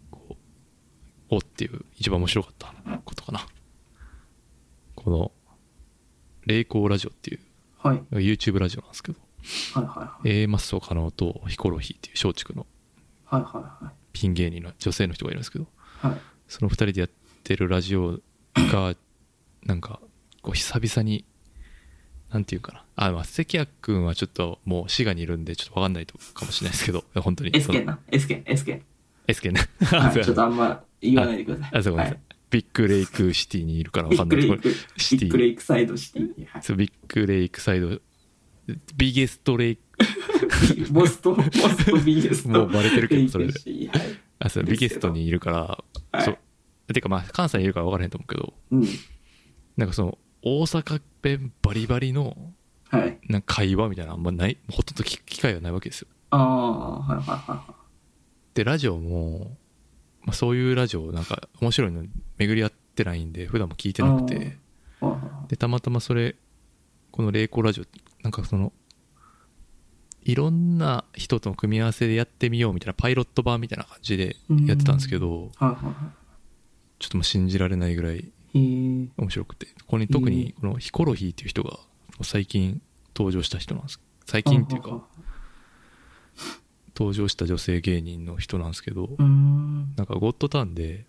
っていう一番面白かったことかな。この霊光ラジオっていう、 はい、 YouTube ラジオなんですけど、 はいはいはい、 A マッソ加納とヒコロヒーっていう松竹のピン芸人の女性の人がいるんですけど、 はい、 その2人でやってるラジオがなんかこう久々になんていうかな、まあ関谷君はちょっともう滋賀にいるんでちょっと分かんないかもしれないですけど、本当に S 県ねちょっとあんま言わないでください。 ごめんなさい。ビッグレイクシティにいるから分かんないところ。 ビッグレイクサイドシティ。 はい、そう、ビッグレイクサイド、ビゲストレイク。 ボストビゲスト。 もうバレてるけど、それで。 はい、 そう、ビゲストにいるから、 はい、 てかまあ、関西にいるから分からへんと思うけど、なんか大阪弁バリバリの、なんか会話みたいなのあんまない、ほとんど機会がないわけですよ。 はいはいはい。 で、ラジオも、まあ、そういうラジオなんか面白いの巡り合ってないんで普段も聞いてなくて、でたまたまこの霊光ラジオなんかいろんな人との組み合わせでやってみようみたいなパイロット版みたいな感じでやってたんですけど、ちょっともう信じられないぐらい面白くて、ここに特にこのヒコロヒーっていう人が最近登場した人なんです。最近っていうか登場した女性芸人の人なんですけど、なんかゴッドタンで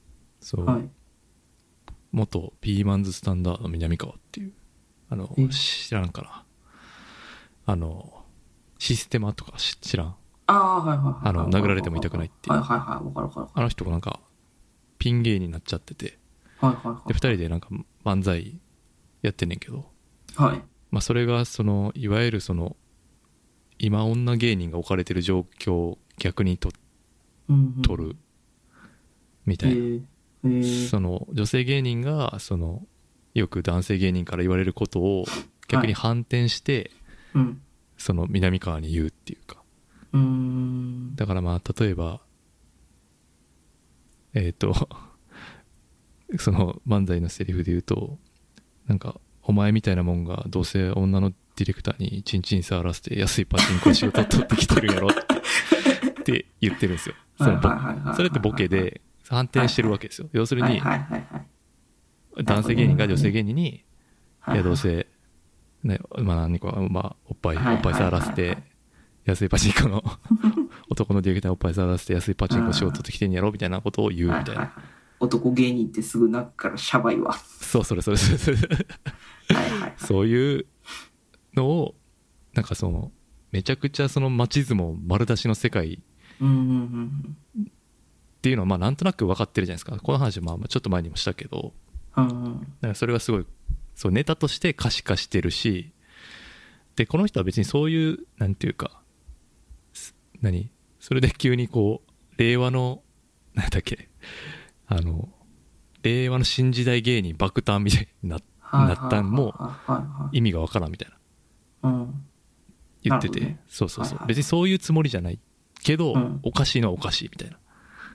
元ピーマンズスタンダードの南川っていう知らんかな、 システマとか知らん。 はいはいはい。 殴られても痛くないっていう。 はいはいはい。わかるわかる。 あの人がなんか、ピン芸になっちゃってて、 はいはいはい。 で、二人でなんか漫才やってんねんけど、 はい。 まあそれがいわゆる今女芸人が置かれてる状況を逆に取るみたいな。女性芸人がよく男性芸人から言われることを逆に反転して、南川に言うっていうか。だからまあ例えば漫才のセリフで言うと、なんかお前みたいなもんがどうせ女のディレクターにチンチン触らせて安いパチンコ仕事取ってきてるんやろって言ってるんですよ。それってボケで反転してるわけですよ。要するに男性芸人が女性芸人に、いやどうせね、まあ何かおっぱい触らせて安いパチンコの男のディレクターにおっぱい触らせて安いパチンコ仕事取ってきてんやろみたいなことを言うみたいな。 男芸人ってすぐ泣くからシャバいわ。 そうそれそういうのをなんかめちゃくちゃマチズモ丸出しの世界っていうのはまあなんとなく分かってるじゃないですか。この話はまあちょっと前にもしたけど、だからそれがすごいネタとして可視化してるし、でこの人は別にそういうなんていうかそれで急に令和のなんだっけ令和の新時代芸人爆誕みたいになったんも意味がわからんみたいな言ってて、そう別にそういうつもりじゃないけど、おかしいのはおかしいみたいな。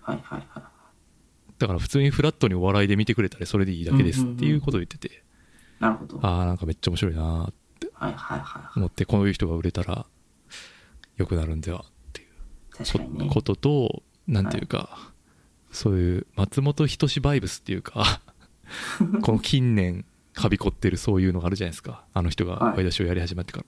だから普通にフラットにお笑いで見てくれたらそれでいいだけですっていうことを言ってて、 なるほど。 なんかめっちゃ面白いなって思って、こういう人が売れたら良くなるんではっていうことと、なんていうかそういう松本人志バイブスっていうかこの近年はびこってるそういうのがあるじゃないですか。あの人がワイドショーやり始まってから、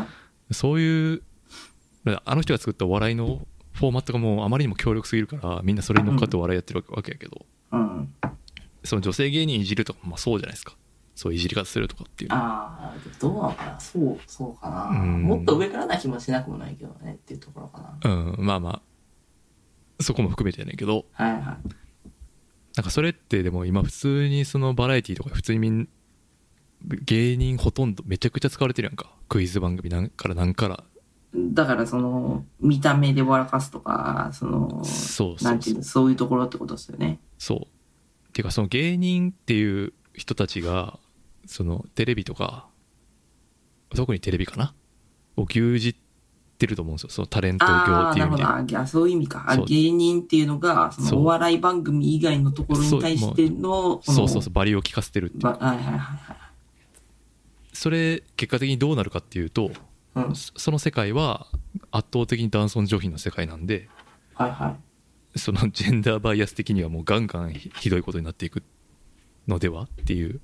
そういうあの人が作ったお笑いのフォーマットがもうあまりにも強力すぎるからみんなそれに乗っかってお笑いやってるわけやけど、その女性芸人いじるとかもそうじゃないですか。そういじり方するとかっていう。 どうなのかな。そうかな。もっと上からな気もしなくもないけどねっていうところかな。 まあまあそこも含めてやねんけど、なんかそれってでも今普通にバラエティとか普通に芸人ほとんどめちゃくちゃ使われてるやんか。クイズ番組なんからだから見た目で笑かすとかなんていうの、そういうところってことですよね。そうっていうか芸人っていう人たちがテレビとか特にテレビかなを牛耳ってると思うんですよ。タレント業っていう意味で。 なるほど。そういう意味か。芸人っていうのがお笑い番組以外のところに対してのバリを効かせてるっていう。それ結果的にどうなるかっていうと、その世界は圧倒的に男尊女卑の世界なんで、ジェンダーバイアス的にはもうガンガンひどいことになっていくのではっていう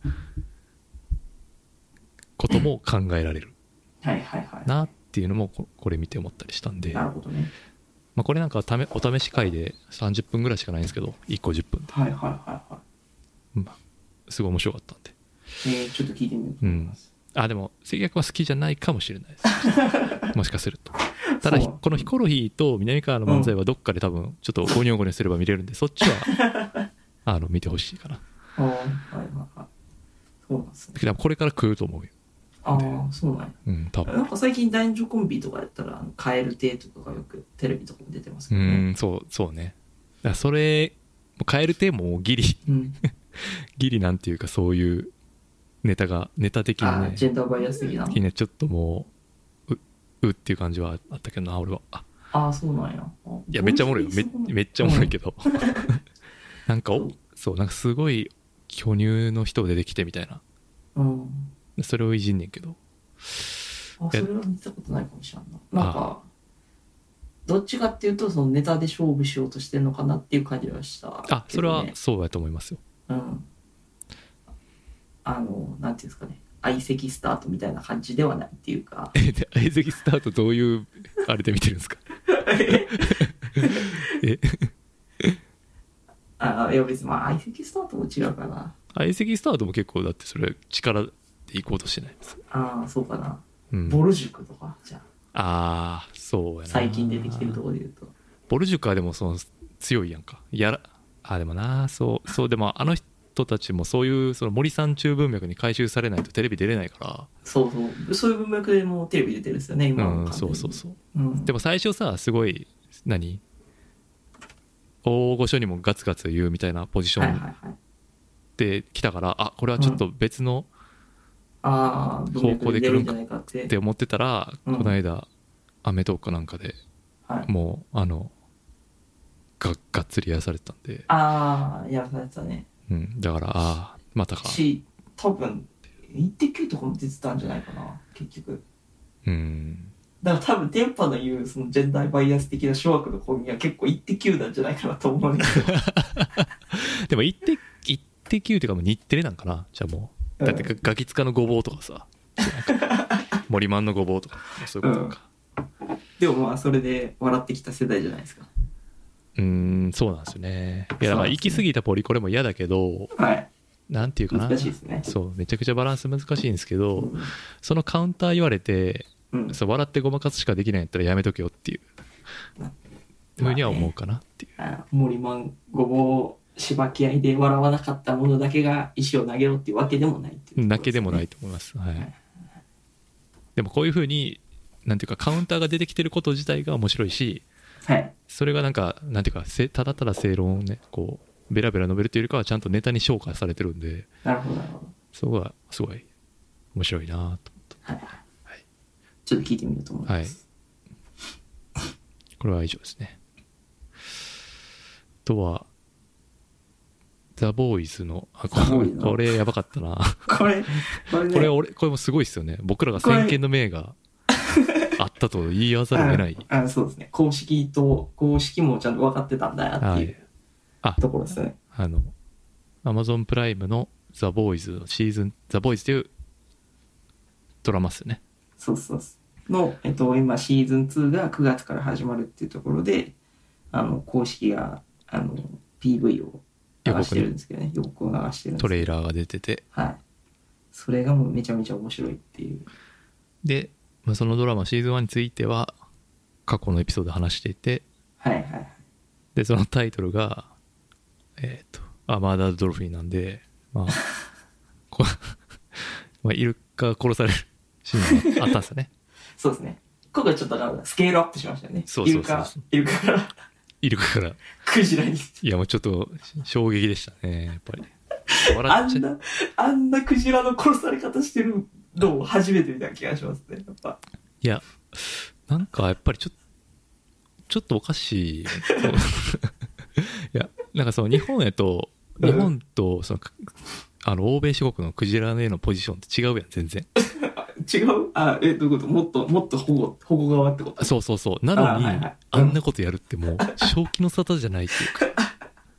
ことも考えられるなっていうのもこれ見て思ったりしたんで、 なるほどね。 まあこれなんかお試し会で30分ぐらいしかないんですけど、1個10分で、すごい面白かったんで、 ちょっと聞いてみようと思います。 でも関谷君は好きじゃないかもしれないですもしかすると。ただこのヒコロヒーと南川の漫才はどっかで多分ちょっとゴニョゴニョすれば見れるんで、そっちは見てほしいかな。 そうなんですね。 これから来ると思うよ。 そうなんや。多分なんか最近男女コンビとかやったら蛙亭とかがよくテレビとかも出てますけどね。 そうね。だからそれ蛙亭もギリギリなんていうかそういうネタ的にね、 ジェンダーバイアス的なね、ちょっともうっていう感じはあったけどな、俺は。 そうなんや。 いやめっちゃおもろいよ。めっちゃおもろいけどなんかなんかすごい巨乳の人出てきてみたいな、それをいじんねんけど、 それは見たことないかもしれんな。なんかどっちかっていうとネタで勝負しようとしてんのかなっていう感じはしたけどね。 それはそうやと思いますよ。 なんていうんですかね、相席スタートみたいな感じではないっていうか。 相席スタートどういうあれで見てるんですかいや別に相席スタートも違うかな。 相席スタートも結構だってそれ力で行こうとしてないです。 そうかな。ボル塾とかじゃああそうやな。 最近出てきてるところで言うとボルジュカでもその強いやんか。でもな、そうでもあの人たちもそういうその森三中文脈に回収されないとテレビ出れないから。 そういう文脈でもうテレビ出てるんですよね今の。 そう、うん、でも最初さすごい大御所にもガツガツ言うみたいなポジションで来たから、これはちょっと別の方向で来るんかって思ってたら、この間アメトーークなんかでもうがっつりやらされてたんで。 やらされてたね。 だからまたか。 多分イッテ Q とかも出てたんじゃないかな結局。だから多分電波の言うそのジェンダーバイアス的な諸悪の本には結構イッテ Q なんじゃないかなと思うんだけど。 でもイッテ Q っていうかもう日テレなんかな。じゃあもうだってガキ使のごぼうとかさ、森マンのごぼうとかそういうことか。 でもまあそれで笑ってきた世代じゃないですか。 そうなんですよね。いやだから行き過ぎたポリコレも嫌だけど、なんていうかな、 難しいですね。 そうめちゃくちゃバランス難しいんですけど、そのカウンター言われて、そう笑ってごまかすしかできないんやったらやめとけよっていうふうには思うかなっていう。 森マンごぼうしばき合いで笑わなかったものだけが石を投げろっていうわけでもないっていう、 だけでもないと思います。でもこういうふうになんていうかカウンターが出てきてること自体が面白いし、それがなんていうかただただ正論をねこうベラベラ述べるというよりかはちゃんとネタに昇華されてるんで、 なるほどそこがすごい面白いなと思った。 ちょっと聞いてみようと思います。 これは以上ですね。あとはザ・ボーイズのこれやばかったな。これもすごいですよね。僕らが先見の明があったと言いわざるを得ない。 そうですね。公式もちゃんと分かってたんだなっていうところですね。 Amazon プライムのザ・ボーイズのシーズンザ・ボーイズというドラマっすよね。 そうの、今シーズン2が9月から始まるっていうところで、公式がPV を流してるんですけどね、予告を流してるんですけど、 トレーラーが出てて、 それがもうめちゃめちゃ面白いっていう。 で、そのドラマシーズン1については過去のエピソードで話していて、でそのタイトルがマーダードルフィンなんで、イルカが殺されるシーンがあったんですよね。 そうですね。今回ちょっとスケールアップしましたよね。イルカからクジラに。 いやもうちょっと衝撃でしたねやっぱり。 あんなクジラの殺され方してるのを初めて見た気がしますねやっぱ。 いやなんかやっぱりちょっとおかしい。いやなんかその日本とその欧米諸国のクジラへのポジションって違うやん全然。 違う？どういうこと？もっと保護側ってこと？ そうなのにあんなことやるってもう正気の沙汰じゃないっていうか。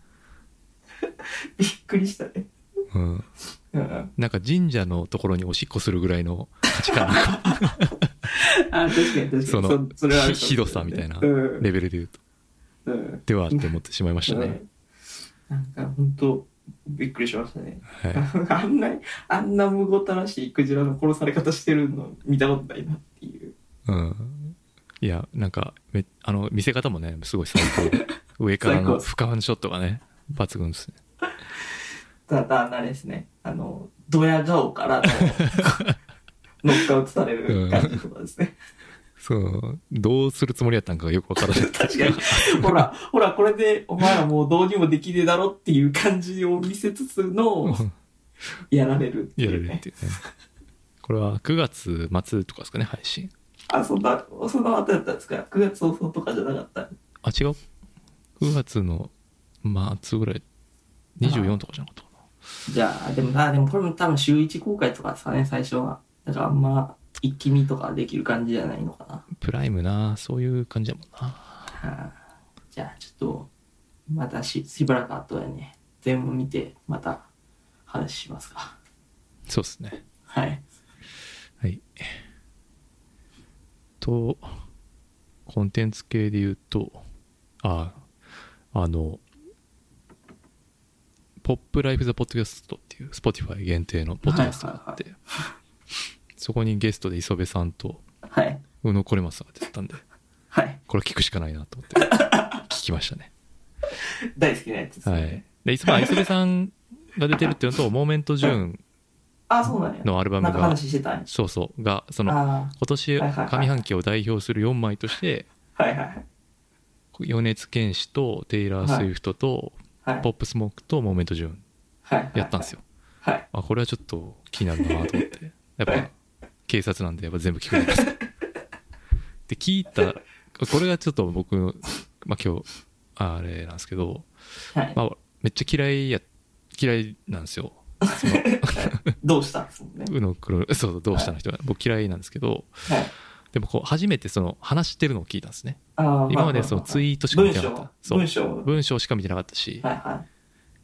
びっくりしたね。 なんか神社のところにおしっこするぐらいの価値観。 確かにそのひどさみたいなレベルで言うと、ではって思ってしまいましたね。 なんか本当びっくりしましたね。あんなむごたらしいクジラの殺され方してるの見たことないなっていう。 いやなんか見せ方もねすごい最高で上からの俯瞰ショットがね抜群ですね。 ただあれですねドヤ顔からのノックアウトされる感じとかですね。 そうどうするつもりやったんかがよくわからない。 確かにほらこれでお前らもうどうにもできねえだろっていう感じを見せつつのやられるっていうね。 これは9月末とかですかね配信。 そんな後やったんですか。9月早々とかじゃなかった。 違う9月の末ぐらい24とかじゃなかったかな。じゃあでもこれも多分週1公開とかですかね最初は。だからあんま一気見とかできる感じじゃないのかな。 プライムなそういう感じだもんな。 じゃあちょっとまたしばらく後でね全部見てまた話しますか。 そうですね。 はいとコンテンツ系で言うとポップライフザポッドキャストっていう Spotify 限定のポッドキャストがあって、そこにゲストで磯部さんと宇野これまさって言ったんで、 はい、 これ聞くしかないなと思って聞きましたね。 大好きなやつですね。 はい。で、磯部さんが出てるっていうのと、モーメントジューンのアルバムが、そうそう、が、その、今年上半期を代表する4枚として、 はいはい、 米津玄師とテイラー・スウィフトと、はい、ポップスモークとモーメントジューンやったんですよ。 はいはいはい、 あ、これはちょっと気になるなと思って、やっぱ警察なんでやっぱ全部聞くんです。で聞いた、これがちょっと僕、まあ今日あれなんですけど、はい、まあめっちゃ嫌いなんですよ。 どうしたんですもんね。 そうどうしたの人が僕嫌いなんですけど。はい、でもこう初めてその話してるのを聞いたんですね。今までそのツイートしか見てなかった。文章しか見てなかったし、 はいはい、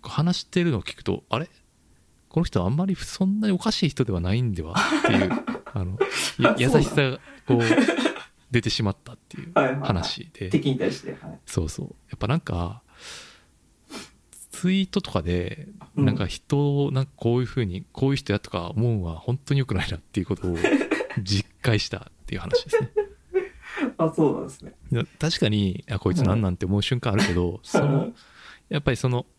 話してるのを聞くと、あれこの人はあんまりそんなにおかしい人ではないんではっていう優しさがこう出てしまったっていう話で、 敵に対して、はい、 そうそう、やっぱなんかツイートとかでなんか人をなんかこういう風にこういう人やとか思うのは本当に良くないなっていうことを実感したっていう話ですね。 あ、そうなんですね。 確かにこいつなんなんて思う瞬間あるけど、そのやっぱりその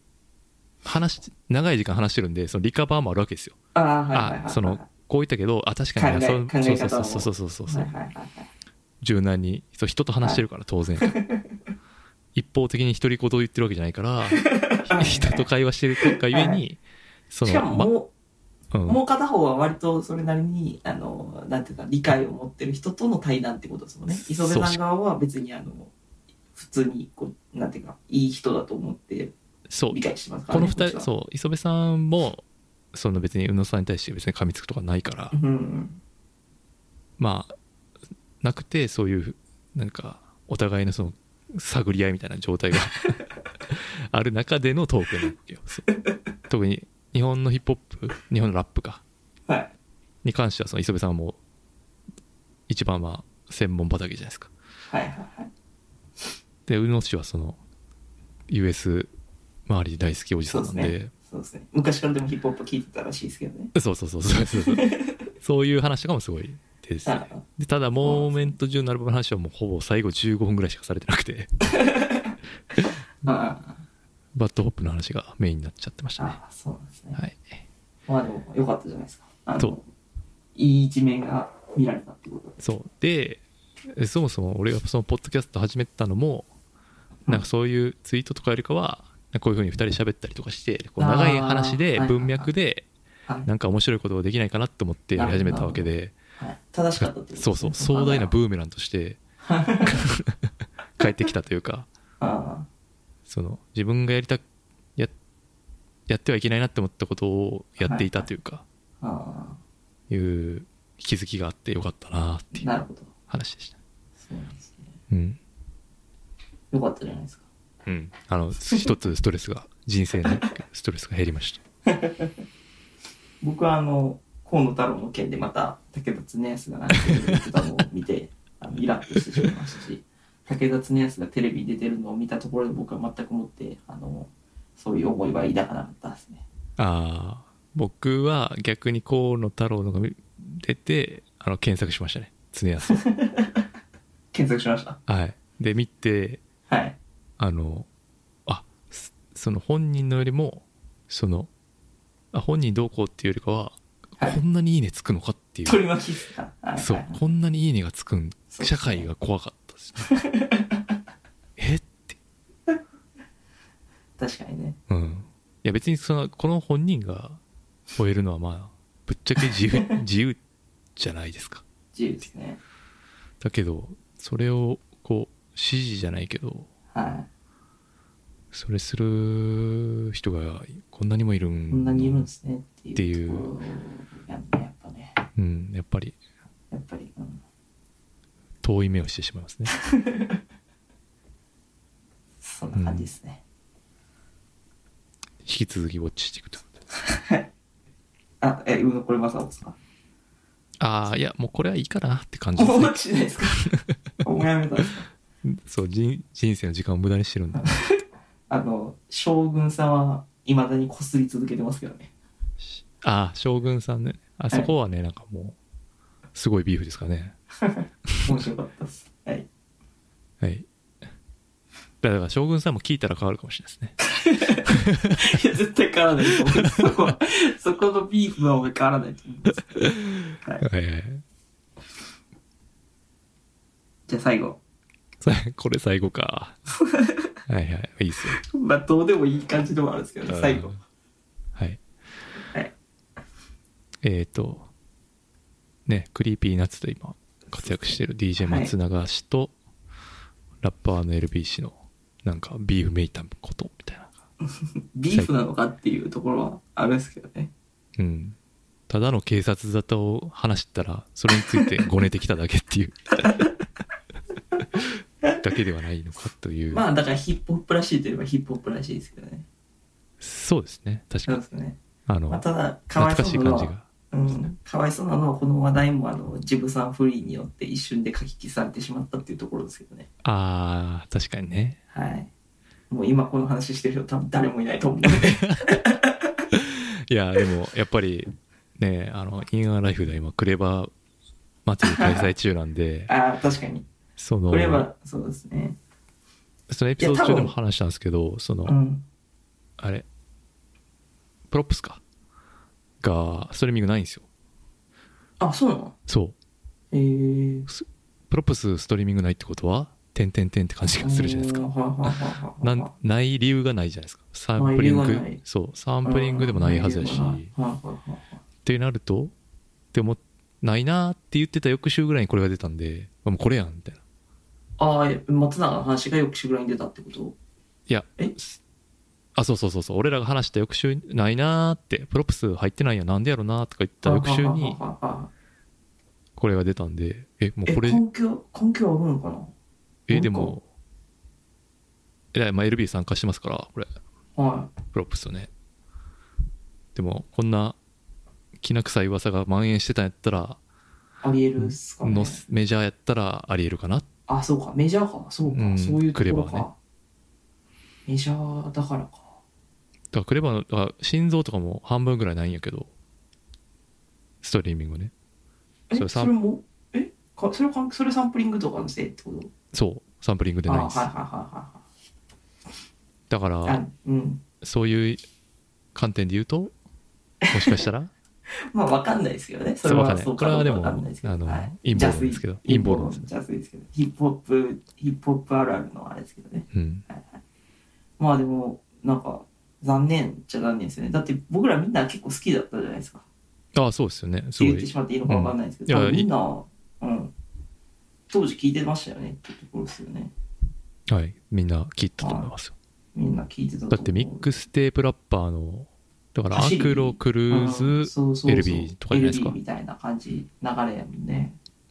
長い時間話してるんで、そのリカバーもあるわけですよ。そのこう言ったけど、確かにそう柔軟に人と話してるから当然。一方的に独り言を言ってるわけじゃないから人と会話してるがゆえに、 しかももう片方は割とそれなりになんていうか理解を持ってる人との対談ってことですもんね。磯部さん側は別に普通にこうなんていうかいい人だと思って理解してますからね。 この2人、そう磯部さんもその別に宇野さんに対して別に噛みつくとかないから、 うん、 まあなくて、そういうなんかお互いのその探り合いみたいな状態がある中でのトークなわけよ。特に日本のヒップホップ、日本のラップか、 はい、 に関してはその磯部さんはもう一番まあ専門畑じゃないですか。 はいはいはい。 で宇野氏はその US 周り大好きおじさんなんで、 そうですね。昔からでもヒップホップ聞いてたらしいですけどね。 そういう話とかもすごいです、ね。でただモーメント中のアルバムの話はもうほぼ最後15分ぐらいしかされてなくてバッドホップの話がメインになっちゃってましたね。 ああ、そうなんですね。 はい。 まあでも良かったじゃないですか。いい一面が見られたってことで。 そうで、そもそも俺がそのポッドキャスト始めたのも、なんかそういうツイートとかよりかはこういう風に2人喋ったりとかして、こう長い話で文脈でなんか面白いことができないかなと思ってやり始めたわけで、 正しかったってことですね。 そう壮大なブーメランとして帰ってきたというか、その自分がやってはいけないなって思ったことをやっていたというか、いう気づきがあってよかったなっていう話でした。 そうなんですね。 うん。 よかったじゃないですか。 うん。一つストレスが人生のストレスが減りました。 僕は河野太郎の件でまた武田恒康が何て言ってたのを見てイラッとしてしまいましたし、武田恒康がテレビに出てるのを見たところで僕は全くもってそういう思いは抱かなかったですね。 僕は逆に河野太郎のが出て検索しましたね、恒康検索しました。 はい。で見て、 はい、 その本人のよりも本人どうこうっていうよりかは、はい、こんなにいいねつくのかっていう、 取り巻きですか。 そう、こんなにいいねがつくん、社会が怖かったですねって確かにね。 うん。いや別にこの本人が吠えるのはまあぶっちゃけ自由じゃないですか。 自由ですね。 だけどそれをこう指示じゃないけど、 はい、 それする人がこんなにもいるんですねっていうやっぱね、 うん、やっぱり、 うん、 遠い目をしてしまいますねそんな感じですね、 引き続きウォッチしていくと宇野これまさですか。 いやもうこれはいいかなって感じですね。 ウォッチですかもうやめたんですか。 そう人生の時間を無駄にしてるんだ将軍さんは未だにこすり続けてますけどね。 将軍さんね。そこはね、なんかもうすごいビーフですかね面白かったです。はい。 はい。だから将軍さんも聞いたら変わるかもしれないですね。 いや絶対変わらないと思います。そこのビーフは俺変わらないと思います。はいはいはい。じゃあ最後。 これ最後か。はいはい、いいっすよ。 まあどうでもいい感じでもあるんですけど、ね、最後。 はい。 はい。 ね、クリーピーナッツで今活躍してる DJ 松永氏と、ラッパーの LB 氏のなんかビーフめいたことみたいな。 ビーフなのかっていうところはあるんですけどね。 うん。ただの警察沙汰を話したらそれについてごねてきただけっていうだけではないのかという。 まあだからヒップホップらしいといえばヒップホップらしいですけどね。 そうですね、確かに。 そうですね。 まあ、ただかわいそうなのは、かわいそうなのはこの話題もジブさんフリーによって一瞬で書き消されてしまったっていうところですけどね。 ああ、確かにね。 はい。もう今この話してる人多分誰もいないと思うのでいやでもやっぱりね、インアーライフでは今クレバー祭り開催中なんでああ確かにクレバー、そうですね。 そのエピソード中でも話したんですけど、あれプロップスかがストリーミングないんですよ。 あ、そうなの？ そう。プロップスストリーミングないってことは点々点って感じがするじゃないですか。ない理由がないじゃないですか。サンプリング、そう、サンプリングでもないはずやし。ってなると、でもないなーって言ってた翌週ぐらいにこれが出たんで、もうこれやんみたいな。 ああ、松永の話が翌週ぐらいに出たってこと？ いや、そうそう、俺らが話した翌週ないなーって、プロプス入ってないやなんでやろなーとか言った翌週にこれが出たんで、もうこれ根拠あるのかな？ でもLB 参加してますからこれ、 はい、 プロプスね。でもこんなきな臭い噂が蔓延してたんやったらありえるっすかね。 メジャーやったらありえるかな。 あ、そうか、メジャーか、そうか、そういうところか、 ね、 メジャーだからか。だからクレバーの心臓とかも半分ぐらいないんやけど、ストリーミングね。 それもそれサンプリングとかのせいってこと？ そう、サンプリングでないんです。だから、そういう観点で言うと、もしかしたらまあ分かんないですけどね。それはそうかどうか分かんないですけど。 陰謀論ですけど。 陰謀論ですけど。ヒップホップあるあるのあれですけどね。まあでも、なんか、残念っちゃ残念ですよね。だって僕らみんな結構好きだったじゃないですか。 ああ、そうですよね。 言ってしまっていいのか分かんないですけど、みんな、当時聞いてましたよねっていうところですよね。 はい、みんな聞いたと思いますよ。 みんな聞いてたと思う。 だってミックステープラッパーの、だからアクロ、クルーズ、LB とかじゃないですか。 LB みたいな感じ、流れやもんね。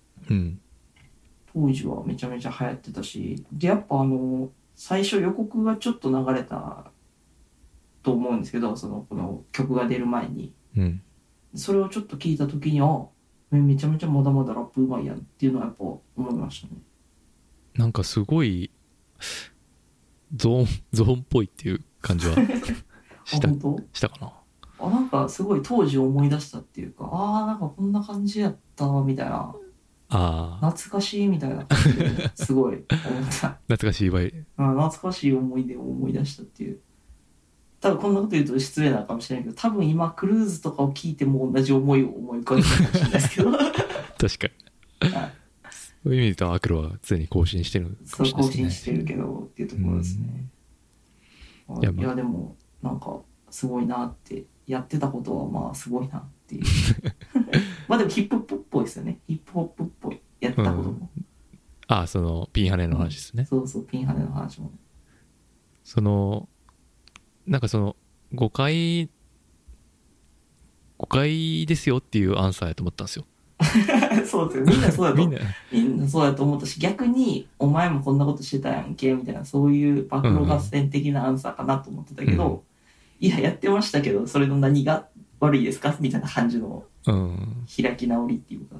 当時はめちゃめちゃ流行ってたし、で、やっぱ最初予告がちょっと流れたと思うんですけど、この曲が出る前に。それをちょっと聞いた時にめちゃめちゃまだまだラップうまいやんっていうのはやっぱ思いましたね。 なんかすごいゾーンっぽいっていう感じはしたかな。 なんかすごい当時思い出したっていうか、なんかこんな感じやったみたいな、懐かしいみたいな感じですごい思った。 懐かしい場合、 懐かしい思い出を思い出したっていう。多分こんなこと言うと失礼なのかもしれないけど、多分今クルーズとかを聞いても同じ思いを思い浮かべてるかもしれないですけど確かに、そういう意味で言うとアクロは常に更新してるかもしれないですね。 更新してるけどっていうところですね。いやでもなんかすごいなって、やってたことはまあすごいなっていうまあでもヒップホップっぽいですよね。ヒップホップっぽいやってたことも、 そのピンハネの話ですね。 そうそう、ピンハネの話も、 なんか誤解ですよっていうアンサーやと思ったんですよそうですよ、みんなそうだとみんなそうだと思ったし、逆にお前もこんなことしてたやんけみたいな、そういう暴露合戦的なアンサーかなと思ってたけど、いやってましたけどそれの何が悪いですかみたいな感じの開き直りっていうか、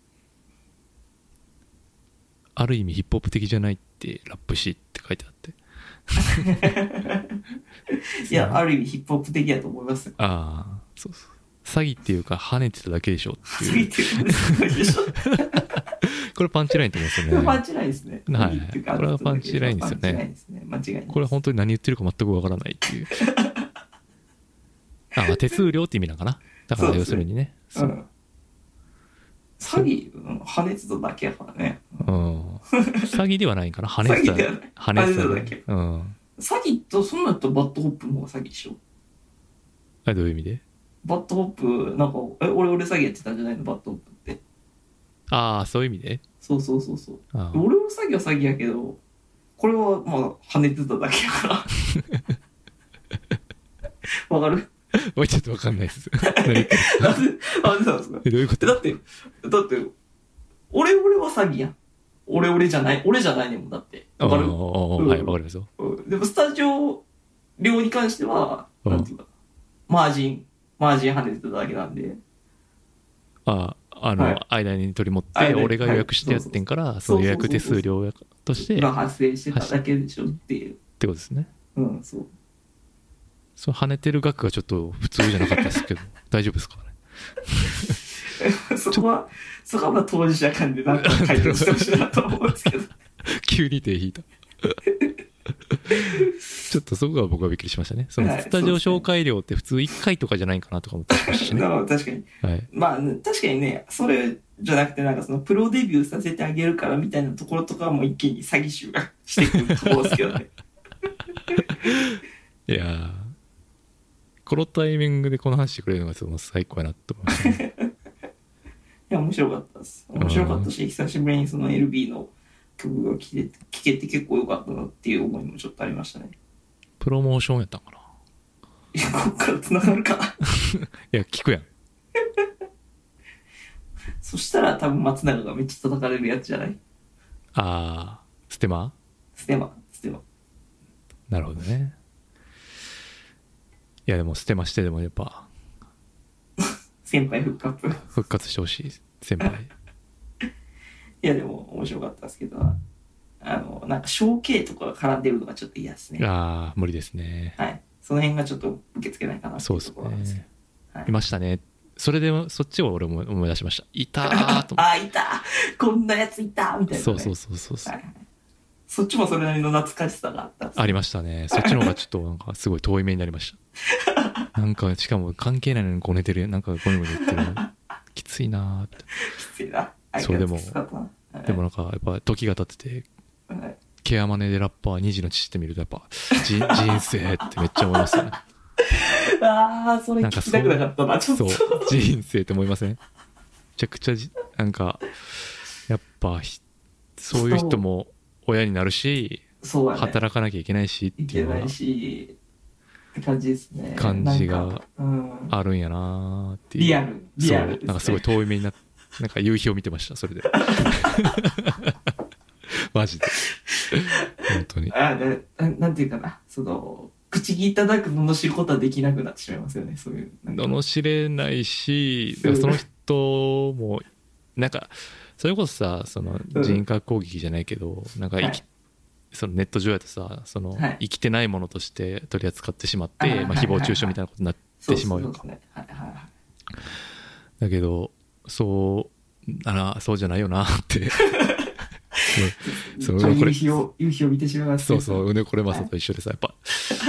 ある意味ヒップホップ的じゃないってラップしって書いてあっていや、ある意味ヒップホップ的やと思いますよ。 そう詐欺っていうか跳ねてただけでしょっていう。 詐欺っていうかでしょこれパンチラインって言いますよね。 パンチラインですね。 はい。これはパンチラインですよね。 間違いない。 これは本当に何言ってるか全くわからないっていう。あ、手数料って意味なのかな。だから要するにね。 そう。詐欺、跳ねてただけやからね。 詐欺ではないんかな。跳ねてた。跳ねてただけ。 詐欺と、そんなとバッドホップの方が詐欺でしょ。 どういう意味で？ バッドホップ、なんか、俺詐欺やってたんじゃないのバッドホップって。 ああ、そういう意味で？ そう。俺の詐欺は詐欺やけど、これはまあ跳ねてただけやから。わかる？ おい、ちょっとわかんないです。 なんでなんですか？ どういうこと？ だって、俺は詐欺やん。俺じゃないねんもんだって。わかる？ はい、わかりますよ。 でもスタジオ料に関しては、なんていうか、マージン跳ねてただけなんで。 間に取り持って、俺が予約してやってんから、その予約手数料として。 が発生してただけでしょっていう。 ってことですね。 そう。 そう、跳ねてる額がちょっと普通じゃなかったですけど、大丈夫ですかね。そこは当事者間でなんか回答してほしいなと思うんですけど。 急に手引いた。ちょっとそこが僕はびっくりしましたね。そのスタジオ紹介料って普通1回とかじゃないかなとか思ってましたしね。 確かに。はい。まあ、確かにね、それじゃなくてなんかそのプロデビューさせてあげるからみたいなところとかはもう一気に詐欺集がしてくるところですけどね。 いやー、このタイミングでこの話してくれるのがその最高やなと思いましたね。 いや、面白かったです。面白かったし、久しぶりにその LB の曲が聴けて結構良かったなっていう思いもちょっとありましたね。 プロモーションやったんかな。 いや、こっから繋がるか。 いや、聞くやん。 そしたら多分松永がめっちゃ叩かれるやつじゃない？ ステマ。なるほどね。いや、でもステマしてでもやっぱ先輩復活してほしい先輩。 いや、でも面白かったですけど、なんか小系とかが絡んでるのがちょっと嫌ですね。 無理ですね。 はい。その辺がちょっと受け付けないかなっていうところなんですけど。 はい、いましたね。それでそっちを俺も思い出しました。いたーと思って。 いた、こんなやついたみたいな、ね。 そう。 はい、そっちもそれなりの懐かしさがあったんです、ね。 ありましたね。そっちの方がちょっとなんかすごい遠い目になりました。なんかしかも関係ないのにごねてる、なんかゴニゴニ言ってるのきついなーって。 きついな。 そうでもなんかやっぱ時が経ってて、ケアマネでラッパー2児の父って見るとやっぱ人生ってめっちゃ思いますよね。 それ聞きたくなかったな、ちょっと。 そう、人生って思いません？めちゃくちゃなんかやっぱそういう人も親になるし、 そう、ね、 働かなきゃいけないしっていうのがって感じですね。 感じがあるんやなーっていう。 リアルですね。 なんかすごい遠い目になって、なんか夕日を見てました、それで。マジで。本当に。 なんていうかな、口にいただく罵ることはできなくなってしまいますよね、そういう。 罵れないし、その人も、なんか、それこそさ、その人格攻撃じゃないけど、なんかそのネット上やとさ、生きてないものとして取り扱ってしまって、誹謗中傷みたいなことになってしまうよか。だけど、そうじゃないよなって夕日を見てしまいます。 そう、うねこれまさと一緒でさ、やっぱ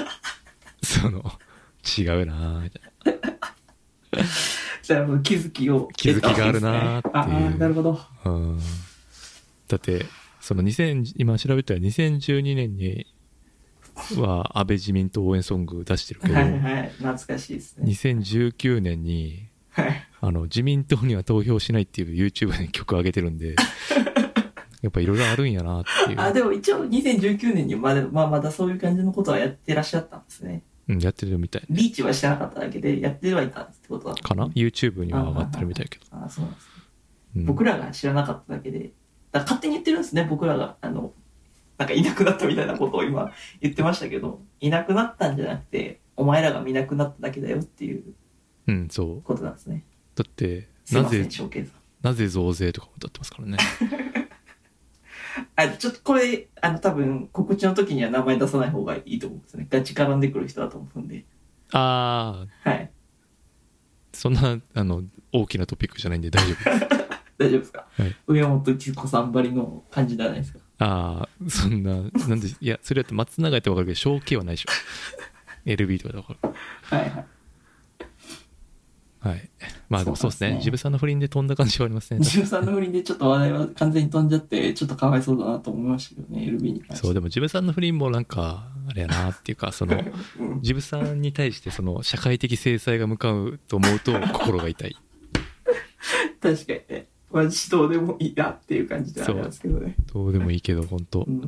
違うなみたいな。 じゃあ気づきがあるなっていう。 なるほど。 だって今調べたら2012年には安倍自民党応援ソング出してるけど、 懐かしいですね。 2019年に自民党には投票しないっていう YouTube に曲上げてるんでやっぱいろいろあるんやなっていう。 でも一応2019年にまだそういう感じのことはやってらっしゃったんですね。 やってるみたい。 リーチはしてなかっただけでやってはいたってことだかな。 YouTube には上がってるみたいけど。 そうなんですね。僕らが知らなかっただけで、勝手に言ってるんですね。僕らがなんかいなくなったみたいなことを今言ってましたけど、いなくなったんじゃなくてお前らが見なくなっただけだよっていうことなんですね。 だってなぜ増税とか歌ってますからね。 ちょっとこれ多分告知の時には名前出さない方がいいと思うんですね。ガチ絡んでくる人だと思うんで。 はい。 そんな大きなトピックじゃないんで大丈夫です大丈夫ですか、 はい、 上本千子さんばりの感じじゃないですか。 ああ、そんな、なんで、いや、それだって松永って分かるけど、小系はないでしょ。LB とかで分かる。 はいはい。 はい。まあでもそうですね。ジブさんの不倫で飛んだ感じはありますね。 ジブさんの不倫でちょっと話題は完全に飛んじゃって、ちょっとかわいそうだなと思いましたけどね、LB に関して。 そう、でもジブさんの不倫もなんか、あれやなっていうか、ジブさんに対して社会的制裁が向かうと思うと心が痛い。 確かにね。マジどうでもいいなっていう感じでありますけどね。 どうでもいいけど、本当、うん、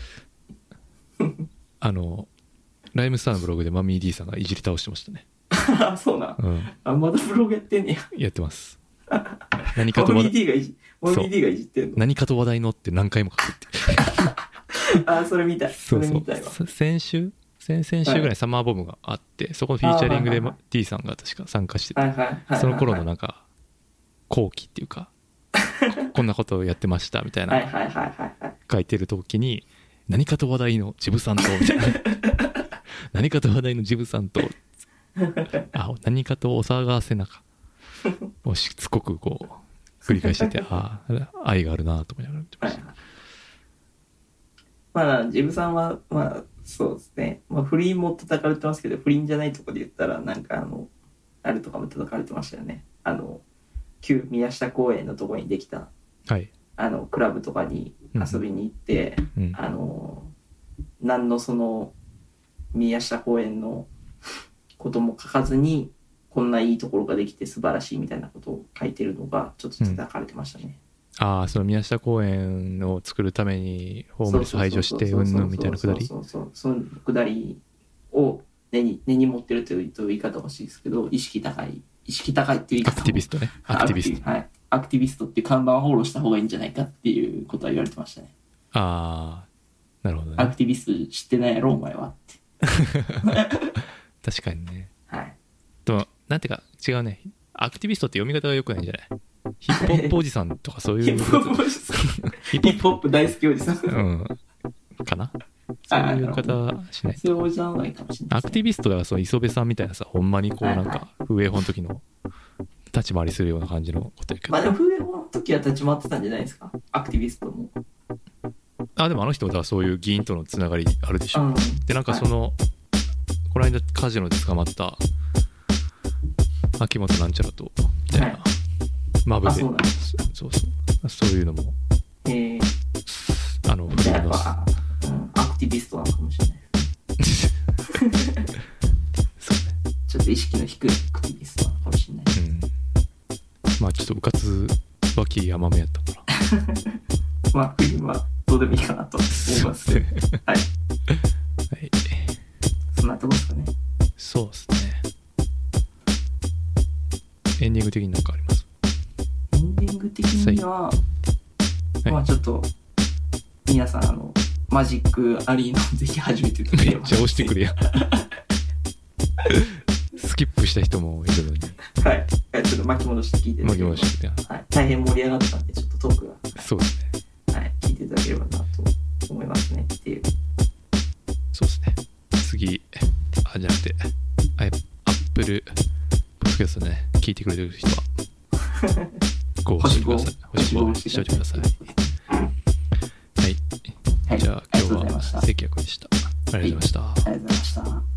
ライムスターのブログでマミー D さんがいじり倒してましたね。 そうな、 うん、 あ、まだブログやってんねや。 やってます。何かとマミー D がいじってんの。 何かと話題のって何回も書くってあ、それ見たい。それ見たいわ。 先週ぐらいサマーボムがあって、そこのフィーチャリングで D さんが確か参加してて、その頃のなんか後期っていうかこんなことをやってましたみたいな書いてる時に、何かと話題のジブさんとみたいな何かと話題のジブさんと何かとお騒がせなかをしつこくこう繰り返してて、愛があるなと思いながら見てました。 まあジブさんはまあそうですね、まあ、不倫も叩かれてますけど、不倫じゃないとこで言ったらなんかあれとかも叩かれてましたよね。旧宮下公園のところにできた、 はい、 クラブとかに遊びに行って、 うん、 何の宮下公園のことも書かずに、こんないいところができて素晴らしいみたいなことを書いてるのがちょっと叩かれてましたね。 その宮下公園を作るためにホームレス排除してうんぬんみたいなくだり、 そのくだりを根に持ってるという言い方欲しいですけど、意識高いっていう言い方も、 アクティビストね。アクティビスト。 はい。アクティビストっていう看板をフォローした方がいいんじゃないかっていうことは言われてましたね。 なるほどね。 アクティビスト知ってないやろお前はって。 確かにね。 はい。 でもなんていうか違うね。アクティビストって読み方が良くないんじゃない？ヒップホップおじさんとかそういう。 ヒップホップおじさん。ヒップホップ大好きおじさん。 うん。かな？そういう方しない。 そういうおじさんはいいかもしれない、ね。 アクティビストが磯部さんみたいなさ、ほんまにこうなんか、風営法の時の立ち回りするような感じのことやけど。 まあでも風営法の時は立ち回ってたんじゃないですか？アクティビストも。 でもあの人はそういう議員とのつながりあるでしょ。で、なんかこの間カジノで捕まった秋元なんちゃらとみたいな、マブで、そういうのも不倫のアクティビストなのかもしれないそうね、ちょっと意識の低いアクティビストなのかもしれない、 まあちょっとうかつ脇甘めやったからまあ不倫はどうでもいいかなと思いますねはい、そんなとこですかね。 そうですね。エンディング的に何かあります？ エンディング的には、まあちょっと皆さんマジックアリーナぜひ始めてくれめっちゃ押してくれやスキップした人もいるのに、 はい、ちょっと巻き戻して聞いていただければ、はい、大変盛り上がったんでちょっとトークが、 そうですね、 はい、聞いていただければなと思いますねっていう。 そうですね。次じゃなくてアップルポッドキャストね、聞いてくれてる人は5押してください。星5しておいてください。はい、じゃあ今日は関谷君でした。ありがとうございました。 ありがとうございました。